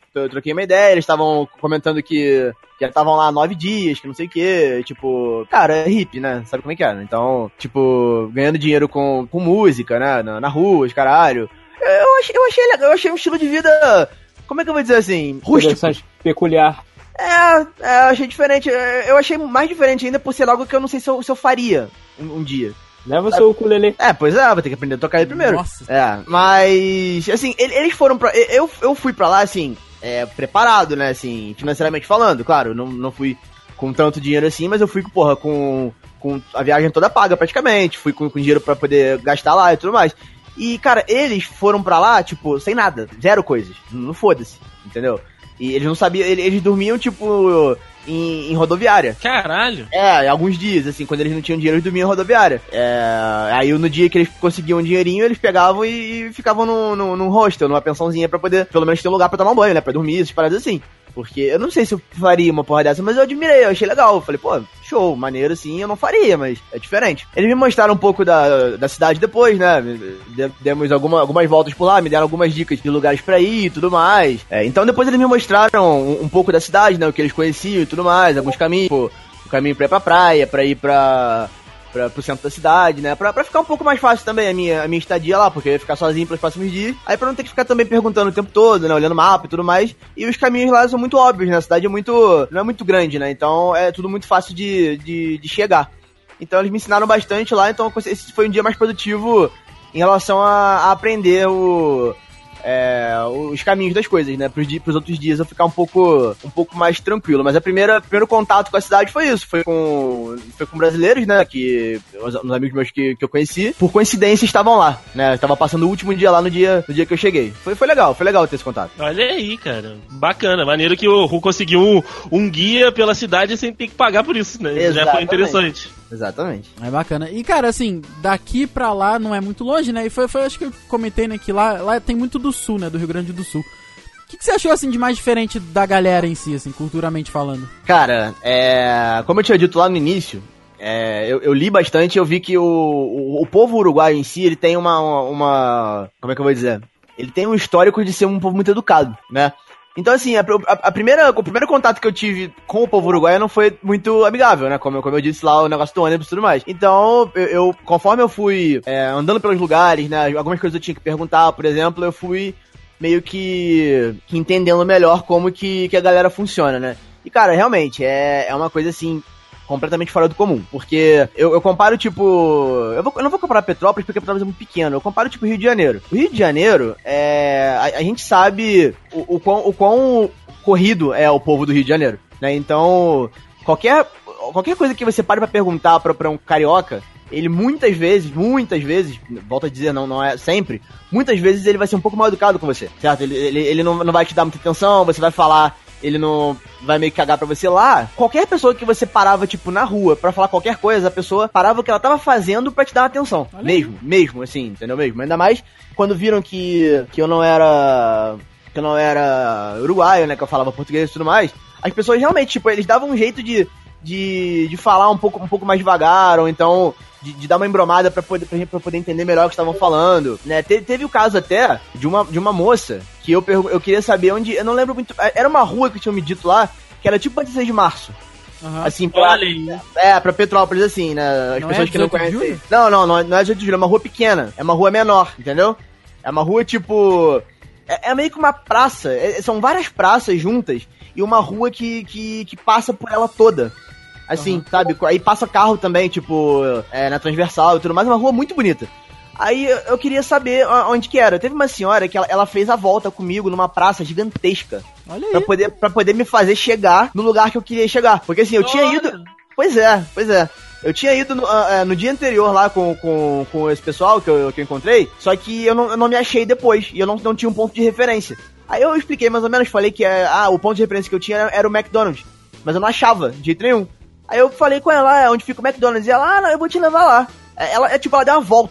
eu troquei uma ideia, eles estavam comentando que já estavam lá nove dias, que não sei o que, tipo, cara, é hippie, né? Sabe como é que é, né? Então, tipo, ganhando dinheiro com, com música, né? Na, na rua, os caralho. Eu achei, eu achei legal, eu achei um estilo de vida, como é que eu vou dizer assim? Rústico. Peculiar. É, é, eu achei diferente. Eu achei mais diferente ainda por ser algo que eu não sei se eu, se eu faria um, um dia. Leva o seu ukulele. É, pois é, vou ter que aprender a tocar ele primeiro. Nossa. É, mas, assim, eles foram pra... Eu, eu fui pra lá, assim, é, preparado, né, assim, financeiramente falando. Claro, não, não fui com tanto dinheiro assim, mas eu fui, porra, com, com a viagem toda paga praticamente. Fui com, com dinheiro pra poder gastar lá e tudo mais. E, cara, eles foram pra lá, tipo, sem nada. Zero coisas. Não foda-se, entendeu? E eles não sabiam... Eles, eles dormiam, tipo... Em, em rodoviária. Caralho. É, alguns dias, assim, quando eles não tinham dinheiro, eles dormiam em rodoviária. É, aí no dia que eles conseguiam um dinheirinho, eles pegavam e, e ficavam num, num, num hostel, numa pensãozinha pra poder, pelo menos, ter um lugar pra tomar um banho, né, pra dormir, essas paradas assim. Porque eu não sei se eu faria uma porra dessa, mas eu admirei, eu achei legal. Eu falei, pô, show, maneiro assim, eu não faria, mas é diferente. Eles me mostraram um pouco da, da cidade depois, né? Demos alguma, algumas voltas por lá, me deram algumas dicas de lugares pra ir e tudo mais. É, então depois eles me mostraram um, um pouco da cidade, né? O que eles conheciam e tudo mais, alguns caminhos, pô, o caminho pra ir pra praia, pra ir pra... Pra, pro centro da cidade, né? Pra, pra ficar um pouco mais fácil também a minha, a minha estadia lá, porque eu ia ficar sozinho pelos próximos dias. Aí pra não ter que ficar também perguntando o tempo todo, né? Olhando o mapa e tudo mais. E os caminhos lá são muito óbvios, né? A cidade é muito... não é muito grande, né? Então é tudo muito fácil de, de, de chegar. Então eles me ensinaram bastante lá, então esse foi um dia mais produtivo em relação a, a aprender o... É, os caminhos das coisas, né? Pros, pros outros dias eu ficar um pouco, um pouco mais tranquilo. Mas a primeira, o primeiro contato com a cidade foi isso. Foi com, foi com brasileiros, né? Que, os, os amigos meus que, que eu conheci, por coincidência, estavam lá, né? Eu tava passando o último dia lá no dia, no dia que eu cheguei. Foi, foi legal, foi legal ter esse contato. Olha aí, cara. Bacana. Maneiro que o Ru conseguiu um, um guia pela cidade sem ter que pagar por isso, né? Exatamente. Já foi interessante. Exatamente. É bacana. E, cara, assim, daqui pra lá não é muito longe, né? E foi, foi acho que eu comentei, né, que lá, lá tem muito do sul, né? Do Rio Grande do Sul. O que, que você achou, assim, de mais diferente da galera em si, assim, culturalmente falando? Cara, é... como eu tinha dito lá no início, é... eu, eu li bastante e eu vi que o, o, o povo uruguaio em si, ele tem uma, uma... como é que eu vou dizer? Ele tem um histórico de ser um povo muito educado, né? Então, assim, a, a, a primeira, o primeiro contato que eu tive com o povo uruguaio não foi muito amigável, né? Como, como eu disse lá, o negócio do ônibus e tudo mais. Então, eu, eu conforme eu fui é, andando pelos lugares, né? Algumas coisas eu tinha que perguntar, por exemplo, eu fui meio que, que entendendo melhor como que, que a galera funciona, né? E, cara, realmente, é, é uma coisa, assim, completamente fora do comum. Porque eu, eu comparo, tipo... Eu, vou, eu não vou comparar Petrópolis, porque Petrópolis é muito pequeno. Eu comparo, tipo, Rio de Janeiro. O Rio de Janeiro, é, a, a gente sabe o, o, quão, o quão corrido é o povo do Rio de Janeiro, né? Então, qualquer, qualquer coisa que você pare pra perguntar pra, pra um carioca, ele muitas vezes, muitas vezes, volto a dizer, não, não é sempre, muitas vezes ele vai ser um pouco mal educado com você, certo? Ele, ele, ele não, não vai te dar muita atenção, você vai falar... Ele não vai meio que cagar pra você lá. Qualquer pessoa que você parava, tipo, na rua pra falar qualquer coisa, a pessoa parava o que ela tava fazendo pra te dar uma atenção. Olha mesmo, aí. mesmo, assim, entendeu mesmo? Ainda mais quando viram que, que eu não era... Que eu não era uruguaio, né? Que eu falava português e tudo mais. As pessoas realmente, tipo, eles davam um jeito de... De, de falar um pouco, um pouco mais devagar, ou então de, de dar uma embromada pra poder, pra poder entender melhor o que estavam falando, né? Te, teve o caso até de uma, de uma moça que eu, eu queria saber onde... Eu não lembro muito... Era uma rua que tinham me dito lá, que era tipo dezesseis de março. Uhum. Assim, pra... Olha aí. É, pra Petrópolis, assim, né? As não pessoas é que não conhecem... Não, não, não, não é dezoito de julho, é uma rua pequena. É uma rua menor, entendeu? É uma rua, tipo... É, é meio que uma praça. É, são várias praças juntas e uma rua que, que, que passa por ela toda. Assim, uhum. sabe? Aí passa carro também, tipo, é, na transversal e tudo mais. É uma rua muito bonita. Aí eu queria saber onde que era. Teve uma senhora que ela, ela fez a volta comigo numa praça gigantesca. Olha aí. Pra poder, pra poder me fazer chegar no lugar que eu queria chegar. Porque assim, eu Olha. tinha ido... Pois é, pois é. Eu tinha ido no, uh, no dia anterior lá com, com, com esse pessoal que eu, que eu encontrei, só que eu não, eu não me achei depois. E eu não, não tinha um ponto de referência. Aí eu expliquei mais ou menos, falei que ah, o ponto de referência que eu tinha era, era o McDonald's. Mas eu não achava, de jeito nenhum. Aí eu falei com ela, ah, onde fica o McDonald's? E ela, ah, não, eu vou te levar lá. Ela, é tipo, ela deu uma volta,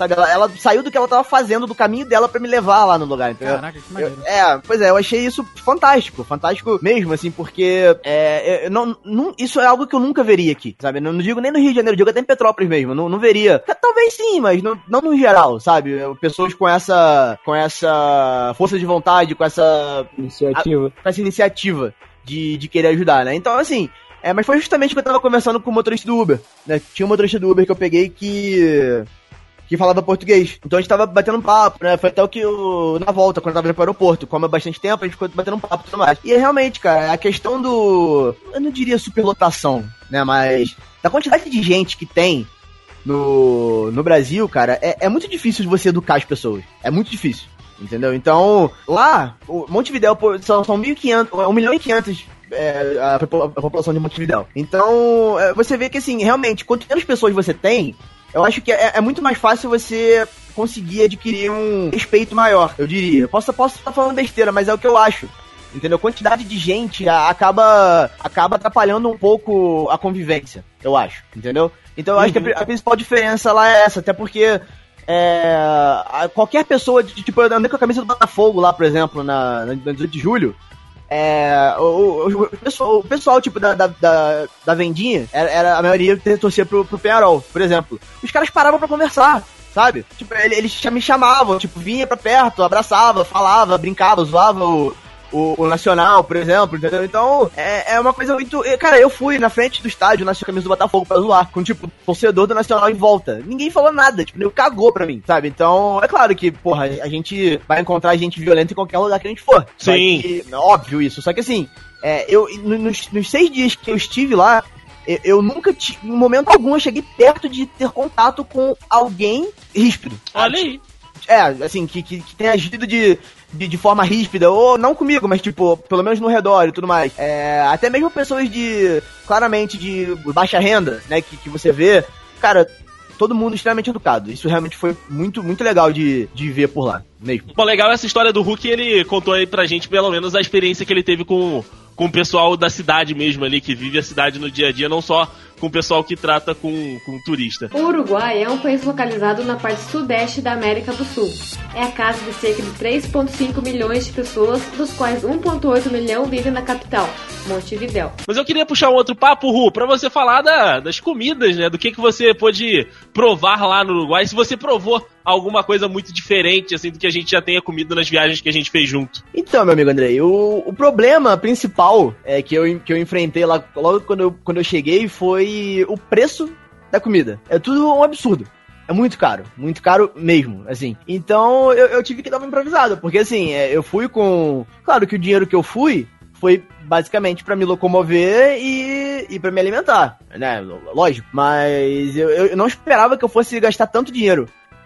sabe? Ela, ela saiu do que ela tava fazendo, do caminho dela pra me levar lá no lugar, entendeu? Caraca, que maneiro. Eu, é, pois é, eu achei isso fantástico, fantástico mesmo, assim, porque é, eu, não, não, isso é algo que eu nunca veria aqui, sabe? Não, não digo nem no Rio de Janeiro, digo até em Petrópolis mesmo, não, não veria. Talvez sim, mas não, não no geral, sabe? Pessoas com essa, com essa força de vontade, com essa iniciativa, a, com essa iniciativa de, de querer ajudar, né? Então, assim, é, mas foi justamente que eu tava conversando com o motorista do Uber, né? Tinha um motorista do Uber que eu peguei que... que falava português. Então a gente tava batendo um papo, né? Foi até o que eu, na volta, quando eu tava indo pro aeroporto, como é bastante tempo, a gente ficou batendo um papo e tudo mais. E é realmente, cara, a questão do... eu não diria superlotação, né? Mas da quantidade de gente que tem no, no Brasil, cara, é, é muito difícil de você educar as pessoas. É muito difícil, entendeu? Então, lá, o Montevidéu são, são mil e quinhentos, um milhão e quinhentos é, a, a população de Montevidéu. Então, é, você vê que, assim, realmente, quanto menos pessoas você tem, eu acho que é, é muito mais fácil você conseguir adquirir um respeito maior, eu diria. Eu posso estar posso falando besteira, mas é o que eu acho. Entendeu? A quantidade de gente acaba, acaba atrapalhando um pouco a convivência, eu acho. Entendeu? Então eu uhum. acho que a, a principal diferença lá é essa, até porque é, a, qualquer pessoa, de, tipo, eu andei com a camisa do Botafogo lá, por exemplo, na, na dezoito de julho. É, o, o, o, pessoal, o pessoal, tipo, da, da, da, da vendinha, era, era a maioria torcia pro, pro Peñarol, por exemplo. Os caras paravam pra conversar, sabe? Tipo, eles, eles me chamavam, tipo, vinha pra perto, abraçava, falava, brincava, zoava o, o, o Nacional, por exemplo, entendeu? Então, é, é uma coisa muito... Cara, eu fui na frente do estádio, na camisa do Botafogo pra zoar, com, tipo, torcedor do Nacional em volta. Ninguém falou nada, tipo, nem cagou pra mim, sabe? Então, é claro que, porra, a gente vai encontrar gente violenta em qualquer lugar que a gente for. Sim. Que, óbvio isso. Só que, assim, é, eu, nos, nos seis dias que eu estive lá, eu, eu nunca, t- em momento algum, eu cheguei perto de ter contato com alguém ríspido. Olha aí. É, assim, que, que, que tem agido de, de, de forma ríspida, ou não comigo, mas, tipo, pelo menos no redor e tudo mais. É, até mesmo pessoas de, claramente, de baixa renda, né, que, que você vê, cara, todo mundo extremamente educado. Isso realmente foi muito, muito legal de, de ver por lá, mesmo. Bom, legal essa história do Hulk, ele contou aí pra gente, pelo menos, a experiência que ele teve com, com o pessoal da cidade mesmo ali, que vive a cidade no dia a dia, não só com o pessoal que trata com, com turista. O Uruguai é um país localizado na parte sudeste da América do Sul. É a casa de cerca de três vírgula cinco milhões de pessoas, dos quais um vírgula oito milhão vivem na capital, Montevidéu. Mas eu queria puxar um outro papo, Ru, pra você falar da, das comidas, né? Do que, que você pôde provar lá no Uruguai, se você provou alguma coisa muito diferente, assim, do que a gente já tenha comido nas viagens que a gente fez junto. Então, meu amigo Andrei, o, o problema principal é, que, eu, que eu enfrentei lá logo quando eu, quando eu cheguei foi o preço da comida. É tudo um absurdo. É muito caro, muito caro mesmo, assim. Então, eu, eu tive que dar uma improvisada, porque, assim, é, eu fui com... Claro que o dinheiro que eu fui foi basicamente pra me locomover e, e pra me alimentar, né? Lógico. Mas eu, eu não esperava que eu fosse gastar tanto dinheiro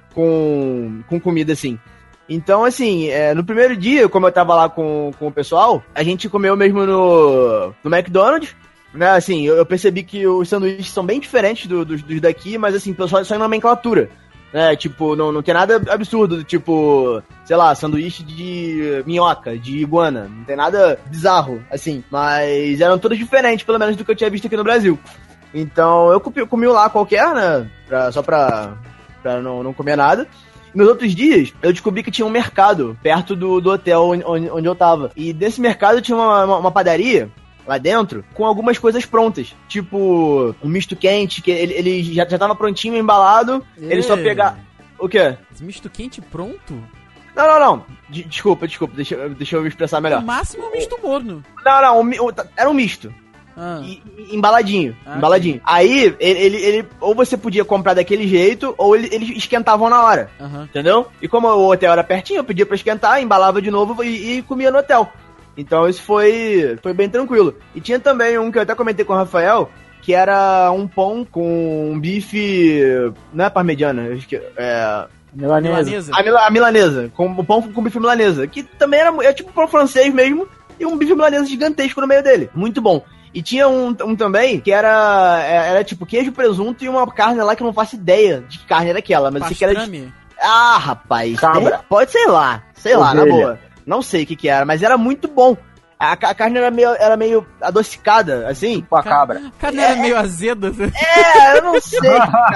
com, com comida, assim. Então, assim, é, no primeiro dia, como eu tava lá com, com o pessoal, a gente comeu mesmo no, no McDonald's, né? Assim, eu, eu percebi que os sanduíches são bem diferentes do, dos, dos daqui, mas, assim, o pessoal só em nomenclatura, né? Tipo, não, não tem nada absurdo, tipo, sei lá, sanduíche de minhoca, de iguana, não tem nada bizarro, assim, mas eram todos diferentes, pelo menos, do que eu tinha visto aqui no Brasil. Então, eu comi, comi um lá qualquer, né? Pra, só pra... pra não, não comer nada. Nos outros dias, eu descobri que tinha um mercado perto do, do hotel onde, onde eu tava. E desse mercado tinha uma, uma, uma padaria lá dentro com algumas coisas prontas. Tipo, um misto quente, que ele, ele já, já tava prontinho, embalado. E... ele só pegar... O quê? Misto quente pronto? Não, não, não. De, desculpa, desculpa. Deixa, deixa eu me expressar melhor. No máximo um misto morno. Não, não. Um, um, era um misto. Ah. E, e, embaladinho, ah, embaladinho. Sim. Aí, ele, ele, ele, ou você podia comprar daquele jeito, ou ele, eles esquentavam na hora, uhum. Entendeu? E como o hotel era pertinho, eu pedia pra esquentar, embalava de novo e, e comia no hotel. Então isso foi, foi bem tranquilo. E tinha também um que eu até comentei com o Rafael, que era um pão com um bife, não é parmegiana, é... Milanesa. A, mila, a milanesa, com um pão com bife milanesa, que também era é tipo pão francês mesmo, e um bife milanesa gigantesco no meio dele. Muito bom. E tinha um, um também que era, era tipo queijo, presunto e uma carne lá que eu não faço ideia de que carne era aquela. Mas eu sei que era de... Ah, rapaz. Cabra. É, pode, sei lá. Sei Ovelha. lá, na boa. Não sei o que que era, mas era muito bom. A, a carne era meio, era meio adocicada, assim. Com a cabra. A carne é, era meio azeda. É, eu não sei. Cara.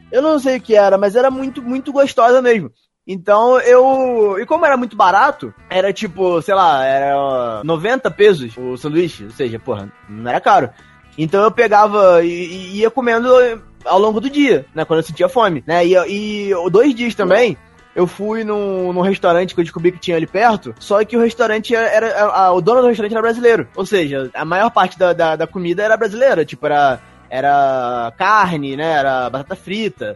Eu não sei o que era, mas era muito, muito gostosa mesmo. Então eu... E como era muito barato, era tipo, sei lá, era noventa pesos o sanduíche. Ou seja, porra, não era caro. Então eu pegava e, e ia comendo ao longo do dia, né? Quando eu sentia fome, né? E, e dois dias também... Eu fui num, num restaurante que eu descobri que tinha ali perto, só que o restaurante era, era, era o dono do restaurante era brasileiro. Ou seja, a maior parte da, da, da comida era brasileira, tipo, era, era carne, né, era batata frita.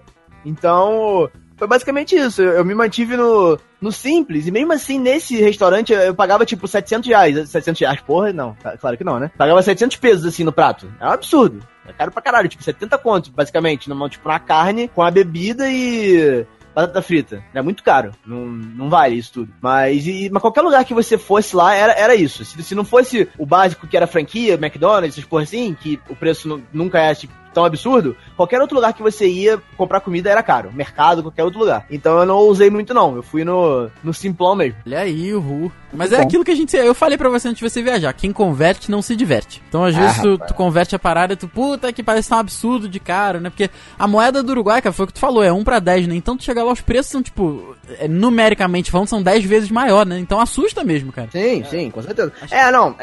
Então, foi basicamente isso. Eu, eu me mantive no, no simples, e mesmo assim, nesse restaurante, eu, eu pagava, tipo, setecentos reais. setecentos reais, porra, não, claro que não, né? Pagava setecentos pesos, assim, no prato. É um absurdo. É caro pra caralho, tipo, setenta contos, basicamente, numa, tipo, uma carne com a bebida e... batata frita. É muito caro. Não, não vale isso tudo. Mas, e, mas qualquer lugar que você fosse lá, era, era isso. Se, se não fosse o básico que era franquia, McDonald's, essas porra assim, que o preço não, nunca é tipo, tão absurdo, qualquer outro lugar que você ia comprar comida era caro. Mercado, qualquer outro lugar. Então eu não usei muito não. Eu fui no, no simplão mesmo. Olha aí, o Ru. Mas é aquilo que a gente... Eu falei pra você antes de você viajar. Quem converte não se diverte. Então às vezes ah, tu, tu converte a parada e tu... Puta, que parece um absurdo de caro, né? Porque a moeda do Uruguai, cara, foi o que tu falou. É um pra dez, né? Então tu chega lá, os preços são tipo... É, numericamente falando, são dez vezes maior, né? Então assusta mesmo, cara. Sim, é. sim, com certeza. Acho... É, não.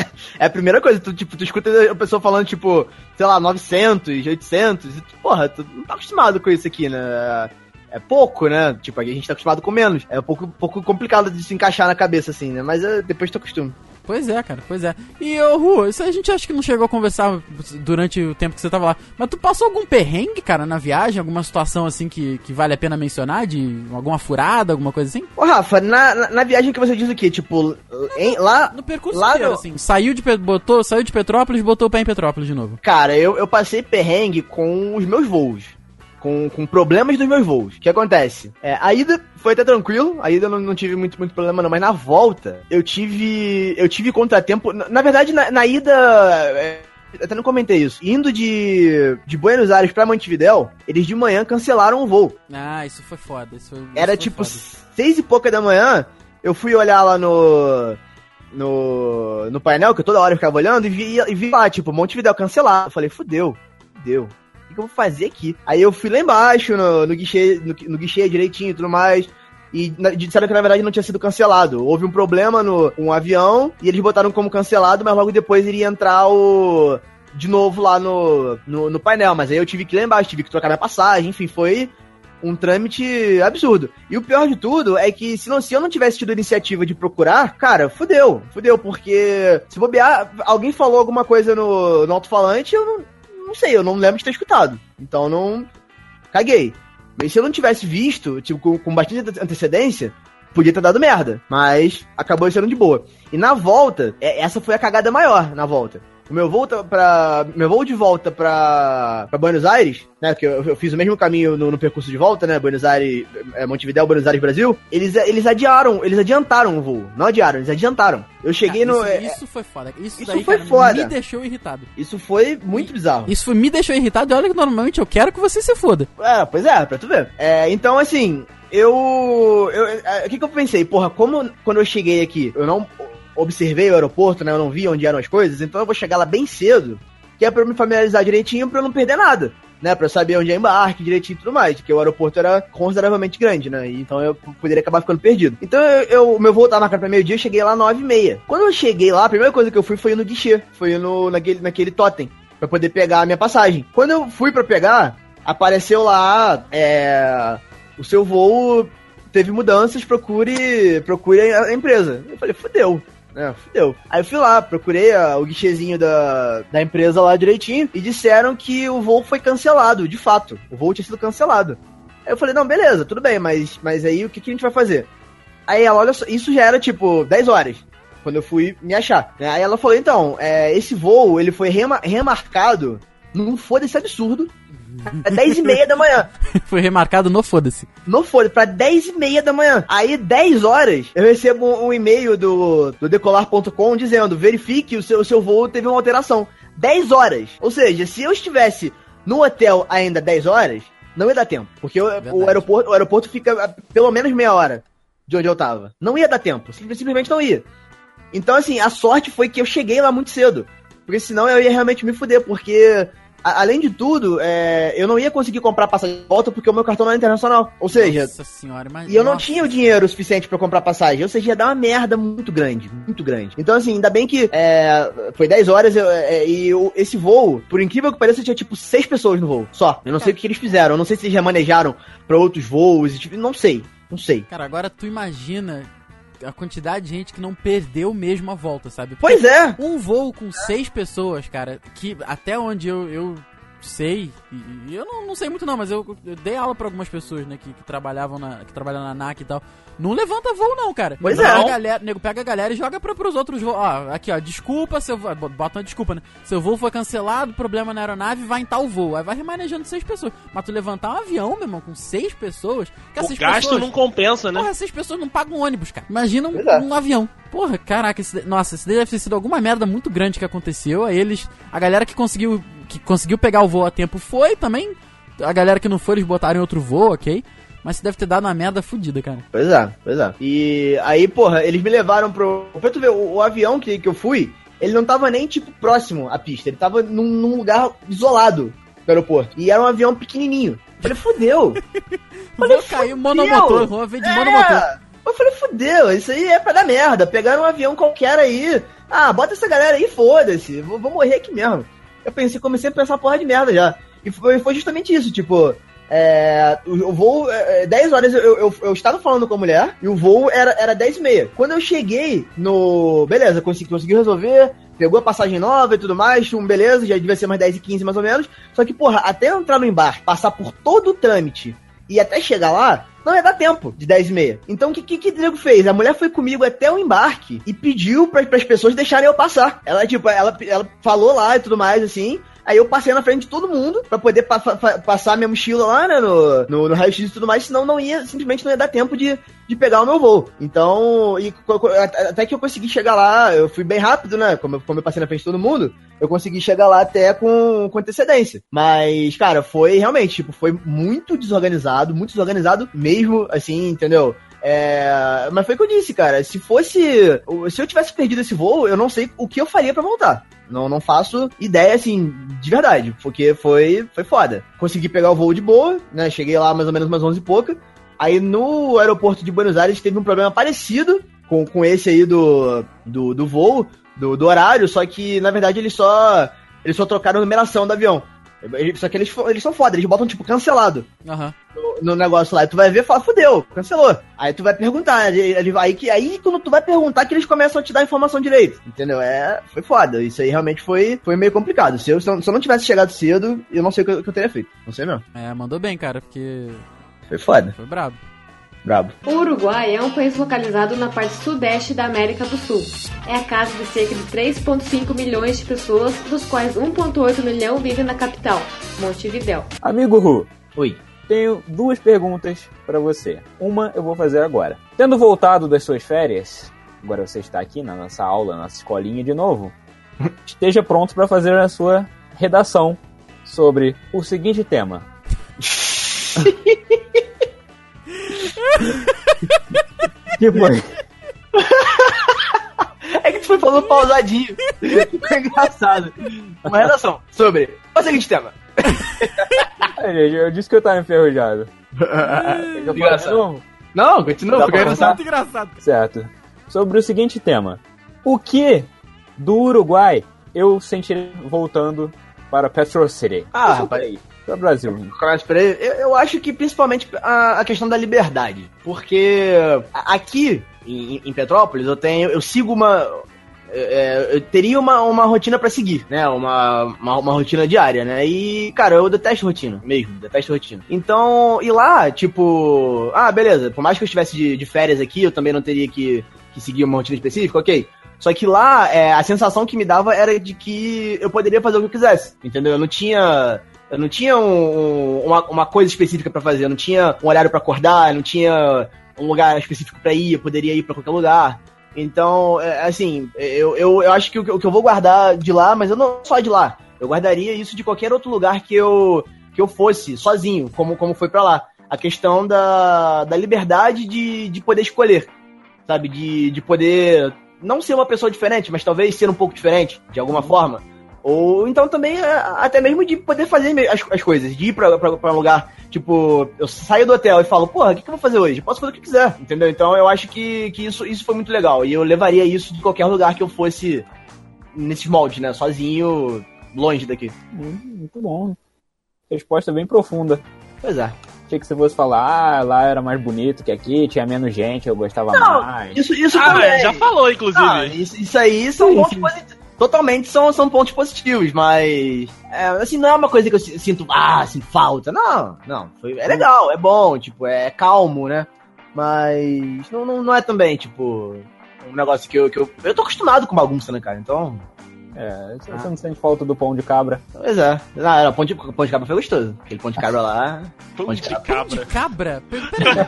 É a primeira coisa. Tu, tipo, tu escuta a pessoa falando, tipo... Sei lá, novecentos, oitocentos... E tu, porra, tu não tá acostumado com isso aqui, né? É pouco, né? Tipo, a gente tá acostumado com menos. É um pouco, um pouco complicado de se encaixar na cabeça, assim, né? Mas é, depois tu acostuma. Pois é, cara, pois é. E, ô, Ru, isso a gente acha que não chegou a conversar durante o tempo que você tava lá. Mas tu passou algum perrengue, cara, na viagem? Alguma situação, assim, que, que vale a pena mencionar? De alguma furada, alguma coisa assim? Ô, Rafa, na, na, na viagem que você diz o quê? Tipo, em, lá... No percurso lá inteiro, no... assim. Saiu de, botou, saiu de Petrópolis, botou o pé em Petrópolis de novo. Cara, eu, eu passei perrengue com os meus voos. Com, com problemas dos meus voos. O que acontece? É, a ida foi até tranquilo, a ida eu não, não tive muito, muito problema não, mas na volta eu tive eu tive contratempo. Na, na verdade, na, na ida, é, até não comentei isso, indo de, de Buenos Aires pra Montevidéu, eles de manhã cancelaram o voo. Ah, isso foi foda. Isso foi, isso Era foi tipo foda. seis e pouca da manhã, eu fui olhar lá no... No, no painel, que eu toda hora eu ficava olhando, e vi, e vi lá, tipo, Montevidéu cancelado. Eu falei, fudeu, fudeu. O que eu vou fazer aqui? Aí eu fui lá embaixo, no, no, guichê, no, no guichê direitinho e tudo mais, e na, disseram que na verdade não tinha sido cancelado. Houve um problema no um avião, e eles botaram como cancelado, mas logo depois iria entrar o... de novo lá no, no, no painel. Mas aí eu tive que ir lá embaixo, tive que trocar minha passagem, enfim, foi um trâmite absurdo. E o pior de tudo é que se, não, se eu não tivesse tido a iniciativa de procurar, cara, fudeu, fudeu, porque se bobear, alguém falou alguma coisa no, no alto-falante, eu não... Não sei, eu não lembro de ter escutado. Então não... Caguei. Mas se eu não tivesse visto, tipo, com, com bastante antecedência, podia ter dado merda. Mas acabou sendo de boa. E na volta, é, essa foi a cagada maior na volta. O meu voo pra... Meu voo de volta pra, pra Buenos Aires, né? Que eu, eu fiz o mesmo caminho no, no percurso de volta, né? Buenos Aires, é, Montevidéu, Buenos Aires, Brasil. Eles, eles adiaram, eles adiantaram o voo. Não adiaram, eles adiantaram. Eu cheguei cara, no... Isso, é, isso foi foda. Isso, isso daí, foi cara, foda. me deixou irritado. Isso foi muito bizarro. Isso foi, me deixou irritado e olha que normalmente eu quero que você se foda. É, pois é, pra tu ver. É, então, assim, eu... eu é, o que que eu pensei? Porra, como quando eu cheguei aqui, eu não... observei o aeroporto, né? Eu não vi onde eram as coisas, então eu vou chegar lá bem cedo, que é pra eu me familiarizar direitinho, pra eu não perder nada, né? Pra eu saber onde é embarque direitinho e tudo mais, porque o aeroporto era consideravelmente grande, né? E então eu poderia acabar ficando perdido. Então eu, o meu voo tava marcado pra meio-dia, eu cheguei lá nove e meia. Quando eu cheguei lá, a primeira coisa que eu fui foi no guichê, foi no, naquele, naquele totem, pra poder pegar a minha passagem. Quando eu fui pra pegar, apareceu lá, é... o seu voo teve mudanças, procure, procure a empresa. Eu falei, fudeu. É, fudeu. Aí eu fui lá, procurei a, o guichezinho da, da empresa lá direitinho e disseram que o voo foi cancelado, de fato. O voo tinha sido cancelado. Aí eu falei, não, beleza, tudo bem, mas, mas aí o que, que a gente vai fazer? Aí ela, olha só, isso já era tipo dez horas, quando eu fui me achar. Aí ela falou, então, é, esse voo, ele foi rema, remarcado num foda-se absurdo. É dez e meia da manhã. Foi remarcado no foda-se. No foda-se, pra dez e meia da manhã. Aí, dez horas, eu recebo um, um e-mail do, do decolar ponto com dizendo, verifique o seu, o seu voo teve uma alteração. dez horas. Ou seja, se eu estivesse no hotel ainda dez horas, não ia dar tempo. Porque o, o, aeroporto, o aeroporto fica pelo menos meia hora de onde eu tava. Não ia dar tempo. Simplesmente não ia. Então, assim, a sorte foi que eu cheguei lá muito cedo. Porque senão eu ia realmente me fuder, porque... a, além de tudo, é, eu não ia conseguir comprar passagem de volta porque o meu cartão não era internacional. Ou seja, Nossa senhora, mas... e eu não nossa. tinha o dinheiro suficiente pra comprar passagem. Ou seja, ia dar uma merda muito grande, muito grande. Então, assim, ainda bem que é, foi dez horas eu, é, e eu, esse voo, por incrível que pareça, tinha tipo seis pessoas no voo, só. Eu não sei o que eles fizeram, eu não sei se eles remanejaram pra outros voos, tipo, não sei, não sei. Cara, agora tu imagina a quantidade de gente que não perdeu mesmo a volta, sabe? Porque Pois é! um voo com seis pessoas, cara, que até onde eu, eu sei, e, e eu não, não sei muito não, mas eu, eu dei aula pra algumas pessoas, né, que, que trabalhavam na, que trabalham na ANAC e tal. Não levanta voo não, cara. Pois Pega é. a galera, nego pega a galera e joga pra, pros outros voos. Ó, aqui ó, desculpa, seu voo, bota uma desculpa, né? Seu voo foi cancelado, problema na aeronave, vai em tal voo. Aí vai remanejando seis pessoas. Mas tu levantar um avião, meu irmão, com seis pessoas... Que O seis gasto pessoas, não compensa, né? Porra, seis pessoas não pagam um ônibus, cara. Imagina um, Pois é. um avião. Porra, caraca, esse, nossa, isso deve ter sido alguma merda muito grande que aconteceu. Aí eles, a galera que conseguiu, que conseguiu pegar o voo a tempo foi também. A galera que não foi, eles botaram em outro voo, ok? Mas você deve ter dado uma merda fodida, cara. Pois é, pois é. E aí, porra, eles me levaram pro... Pra tu ver, o, o avião que, que eu fui, ele não tava nem, tipo, próximo à pista. Ele tava num, num lugar isolado do aeroporto. E era um avião pequenininho. Eu falei, fudeu. O voo caiu monomotor, o voo veio de monomotor. É. Eu falei, fudeu, isso aí é pra dar merda. Pegaram um avião qualquer aí. Ah, bota essa galera aí, foda-se. Vou, vou morrer aqui mesmo. Eu pensei, comecei a pensar porra de merda já. E foi, foi justamente isso, tipo... É, o, o voo, é, dez horas eu, eu, eu estava falando com a mulher e o voo era, era dez e meia. Quando eu cheguei no... Beleza, consegui, consegui resolver, pegou a passagem nova e tudo mais, um beleza, já devia ser mais dez e quinze mais ou menos. Só que, porra, até eu entrar no embarque, passar por todo o trâmite e até chegar lá, não ia dar tempo de dez e meia. Então o que, que que o nego fez? A mulher foi comigo até o embarque e pediu para as pessoas deixarem eu passar. Ela, tipo, ela, ela falou lá e tudo mais, assim... Aí eu passei na frente de todo mundo pra poder pa- pa- passar minha mochila lá, né, no, no, no raio-x e tudo mais, senão não ia, simplesmente não ia dar tempo de, de pegar o meu voo. Então, e, até que eu consegui chegar lá, eu fui bem rápido, né, como eu, como eu passei na frente de todo mundo, eu consegui chegar lá até com, com antecedência. Mas, cara, foi realmente, tipo, foi muito desorganizado, muito desorganizado mesmo, assim, entendeu? É, mas foi o que eu disse, cara. Se fosse. Se eu tivesse perdido esse voo, eu não sei o que eu faria pra voltar. Não, não faço ideia, assim, de verdade. Porque foi, foi foda. Consegui pegar o voo de boa, né? Cheguei lá mais ou menos umas onze e pouca. Aí no aeroporto de Buenos Aires teve um problema parecido com, com esse aí do, do, do voo, do, do horário. Só que, na verdade, eles só, eles só trocaram a numeração do avião. Só que eles, eles são foda, eles botam tipo cancelado uhum. no, no negócio lá. E tu vai ver e fala, fudeu, cancelou. Aí tu vai perguntar, aí, que, aí quando tu vai perguntar que eles começam a te dar a informação direito. Entendeu? É, foi foda. Isso aí realmente foi, foi meio complicado. Se eu, se eu não tivesse chegado cedo, eu não sei o que eu, que eu teria feito. Não sei mesmo. É, mandou bem, cara, porque... Foi foda. Foi brabo. Brabo. O Uruguai é um país localizado na parte sudeste da América do Sul. É a casa de cerca de três vírgula cinco milhões de pessoas, dos quais um vírgula oito milhão vivem na capital, Montevidéu. Amigo Ru, Oi. tenho duas perguntas pra você. Uma eu vou fazer agora. Tendo voltado das suas férias, agora você está aqui na nossa aula, na nossa escolinha de novo, esteja pronto pra fazer a sua redação sobre o seguinte tema. Que foi? É que tu foi falando pausadinho. Ficou engraçado. Uma redação sobre o seguinte tema. É, gente, eu disse que eu tava enferrujado. Eu falo de novo? Não, continua, Dá fica pra engraçado. Muito engraçado. Certo. Sobre o seguinte tema. O que do Uruguai eu sentirei voltando para Petro City? Ah, Eu só rapaz. falei, para o Brasil. Eu, eu acho que principalmente a, a questão da liberdade. Porque aqui em, em Petrópolis eu tenho. Eu sigo uma. É, eu teria uma, uma rotina pra seguir, né? Uma, uma, uma rotina diária, né? E, cara, eu detesto rotina, mesmo, detesto rotina. Então, e lá, tipo, ah, beleza, por mais que eu estivesse de, de férias aqui, eu também não teria que, que seguir uma rotina específica, ok. Só que lá, é, a sensação que me dava era de que eu poderia fazer o que eu quisesse, entendeu? Eu não tinha... Eu não tinha um, uma, uma coisa específica pra fazer, eu não tinha um horário pra acordar, eu não tinha um lugar específico pra ir, eu poderia ir pra qualquer lugar. Então, é, assim, eu, eu, eu acho que o que eu vou guardar de lá, mas eu não só de lá, eu guardaria isso de qualquer outro lugar que eu, que eu fosse, sozinho, como, como foi pra lá. A questão da, da liberdade de, de poder escolher, sabe? De, de poder não ser uma pessoa diferente, mas talvez ser um pouco diferente, de alguma forma. Ou então também, é, até mesmo de poder fazer as, as coisas, de ir pra, pra, pra um lugar, tipo, eu saio do hotel e falo, porra, o que, que eu vou fazer hoje? Eu posso fazer o que quiser, entendeu? Então eu acho que, que isso, isso foi muito legal. E eu levaria isso de qualquer lugar que eu fosse nesses moldes, né? Sozinho, longe daqui. Hum, muito bom. Resposta bem profunda. Pois é. Achei que você fosse falar, ah, lá era mais bonito que aqui, tinha menos gente, eu gostava Não, mais. isso, isso Ah, também. já falou, inclusive. Não, isso, isso aí são Sim, pontos sim. positivos. Totalmente são, são pontos positivos, mas. É, assim, não é uma coisa que eu si- sinto, ah, sinto falta. Não, não. Foi, é legal, é bom, tipo, é calmo, né? Mas. Não, não, não é também, tipo. Um negócio que eu, que eu. Eu tô acostumado com bagunça, né, cara? Então. É, você não sente falta do pão de cabra. Pois é. Não, não, pão de, pão de cabra foi gostoso. Aquele pão de cabra lá. Pão de cabra. De cabra? Pera- Peraí.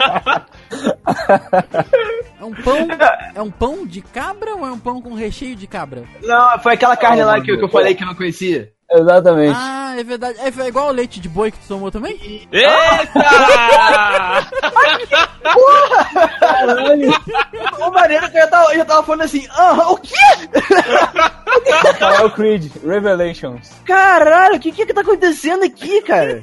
É um pão. É um pão de cabra ou é um pão com recheio de cabra? Não, foi aquela carne lá que, eu- que eu falei que eu não conhecia. Exatamente. Ah, é verdade. É, foi igual o leite de boi que tu tomou também? Eita! Caralho. O maneiro que eu já tava, eu já tava falando assim, ah, o quê? Rafael Creed, Revelations. Caralho, o que, que que tá acontecendo aqui, cara?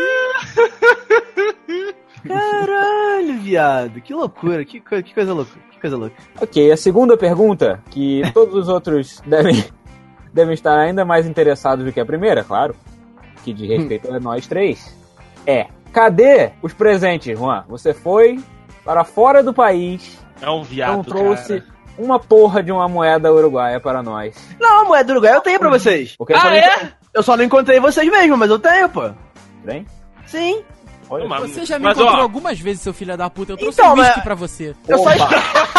Caralho, viado. Que loucura, que, co- que coisa louca, que coisa louca. Ok, a segunda pergunta, que todos os outros devem, devem estar ainda mais interessados do que a primeira, claro, que diz respeito a nós três, é: cadê os presentes, Juan? Você foi para fora do país, É um viado, não trouxe cara. uma porra de uma moeda uruguaia para nós. Não, moeda do Uruguai eu tenho pra vocês. Porque eu Ah, só não é? encontrei- Eu só não encontrei vocês mesmo, mas eu tenho, pô. Bem? Sim. Olha, Mas- Você já me mas, encontrou ó, algumas vezes, seu filho da puta. Eu trouxe Então, um whisky mas- pra você. Eu só... Opa.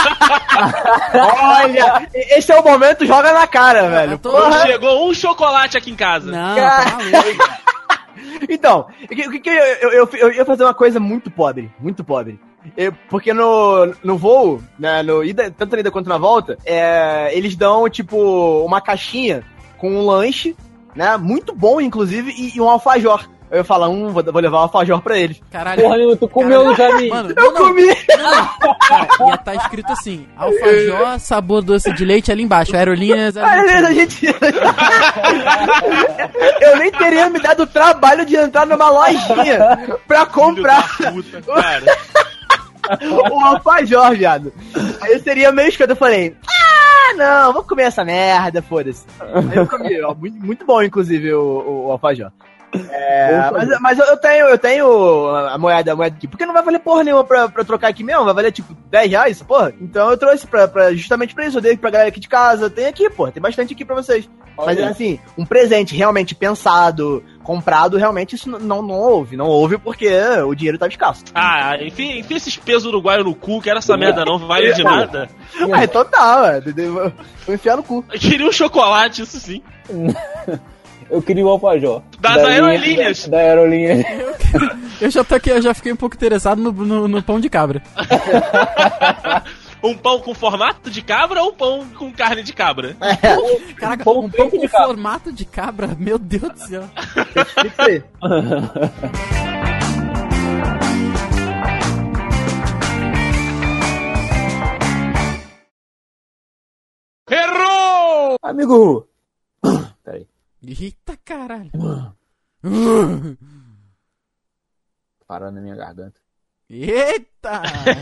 Olha, esse é o momento, joga na cara, velho. eu tô- Porra. Chegou um chocolate aqui em casa. Não, Cara. tá maluco. Então, o que, o que que eu, eu, eu, eu ia fazer uma coisa muito pobre, muito pobre. Eu- porque no, no voo, né, no ida, tanto na ida quanto na volta, é, eles dão, tipo, uma caixinha com um lanche, né, muito bom, inclusive, e, e um alfajor. Eu ia falar, hum, vou, vou levar um alfajor pra eles. Caralho. porra nenhuma, tu comeu no caminho. Mano, Eu não, não, comi! não. Ia tá escrito assim: alfajor, sabor doce de leite ali embaixo. Aerolíneas. Aí, a gente... eu nem teria me dado o trabalho de entrar numa lojinha pra comprar Filho da puta, cara. o alfajor, viado. Aí eu seria meio escroto. Eu falei, ah, não, vou comer essa merda, foda-se. Aí eu comi, ó, muito, muito bom, inclusive, o, o, o alfajor. É, mas, mas eu tenho, eu tenho a moeda, a moeda aqui, porque não vai valer porra nenhuma pra, pra trocar aqui mesmo, vai valer tipo dez reais, essa porra. Então eu trouxe pra, pra, justamente pra isso, eu dei pra galera aqui de casa, tem aqui, porra, tem bastante aqui pra vocês. Mas Olha. assim, um presente realmente pensado, comprado, realmente isso não, não houve, não houve porque o dinheiro tava escasso. Ah, enfim, enfim esses pesos uruguaios no cu, que era essa merda não vale de nada. Ah, é total, velho, vou enfiar no cu. Eu queria um chocolate, isso sim. Eu queria o alfajor. Das Da aerolíneas. linha- Da aerolínea. Eu já tô aqui, eu já fiquei um pouco interessado no, no, no pão de cabra. Um pão com formato de cabra ou um pão com carne de cabra? Caraca, pão um pão feito com de cabra. formato de cabra? Meu Deus do céu. Isso aí. Errou! Amigo! Peraí. Eita caralho. Parando na minha garganta. Eita!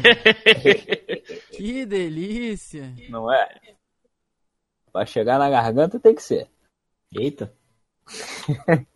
Que delícia. Não é? Pra chegar na garganta tem que ser. Eita.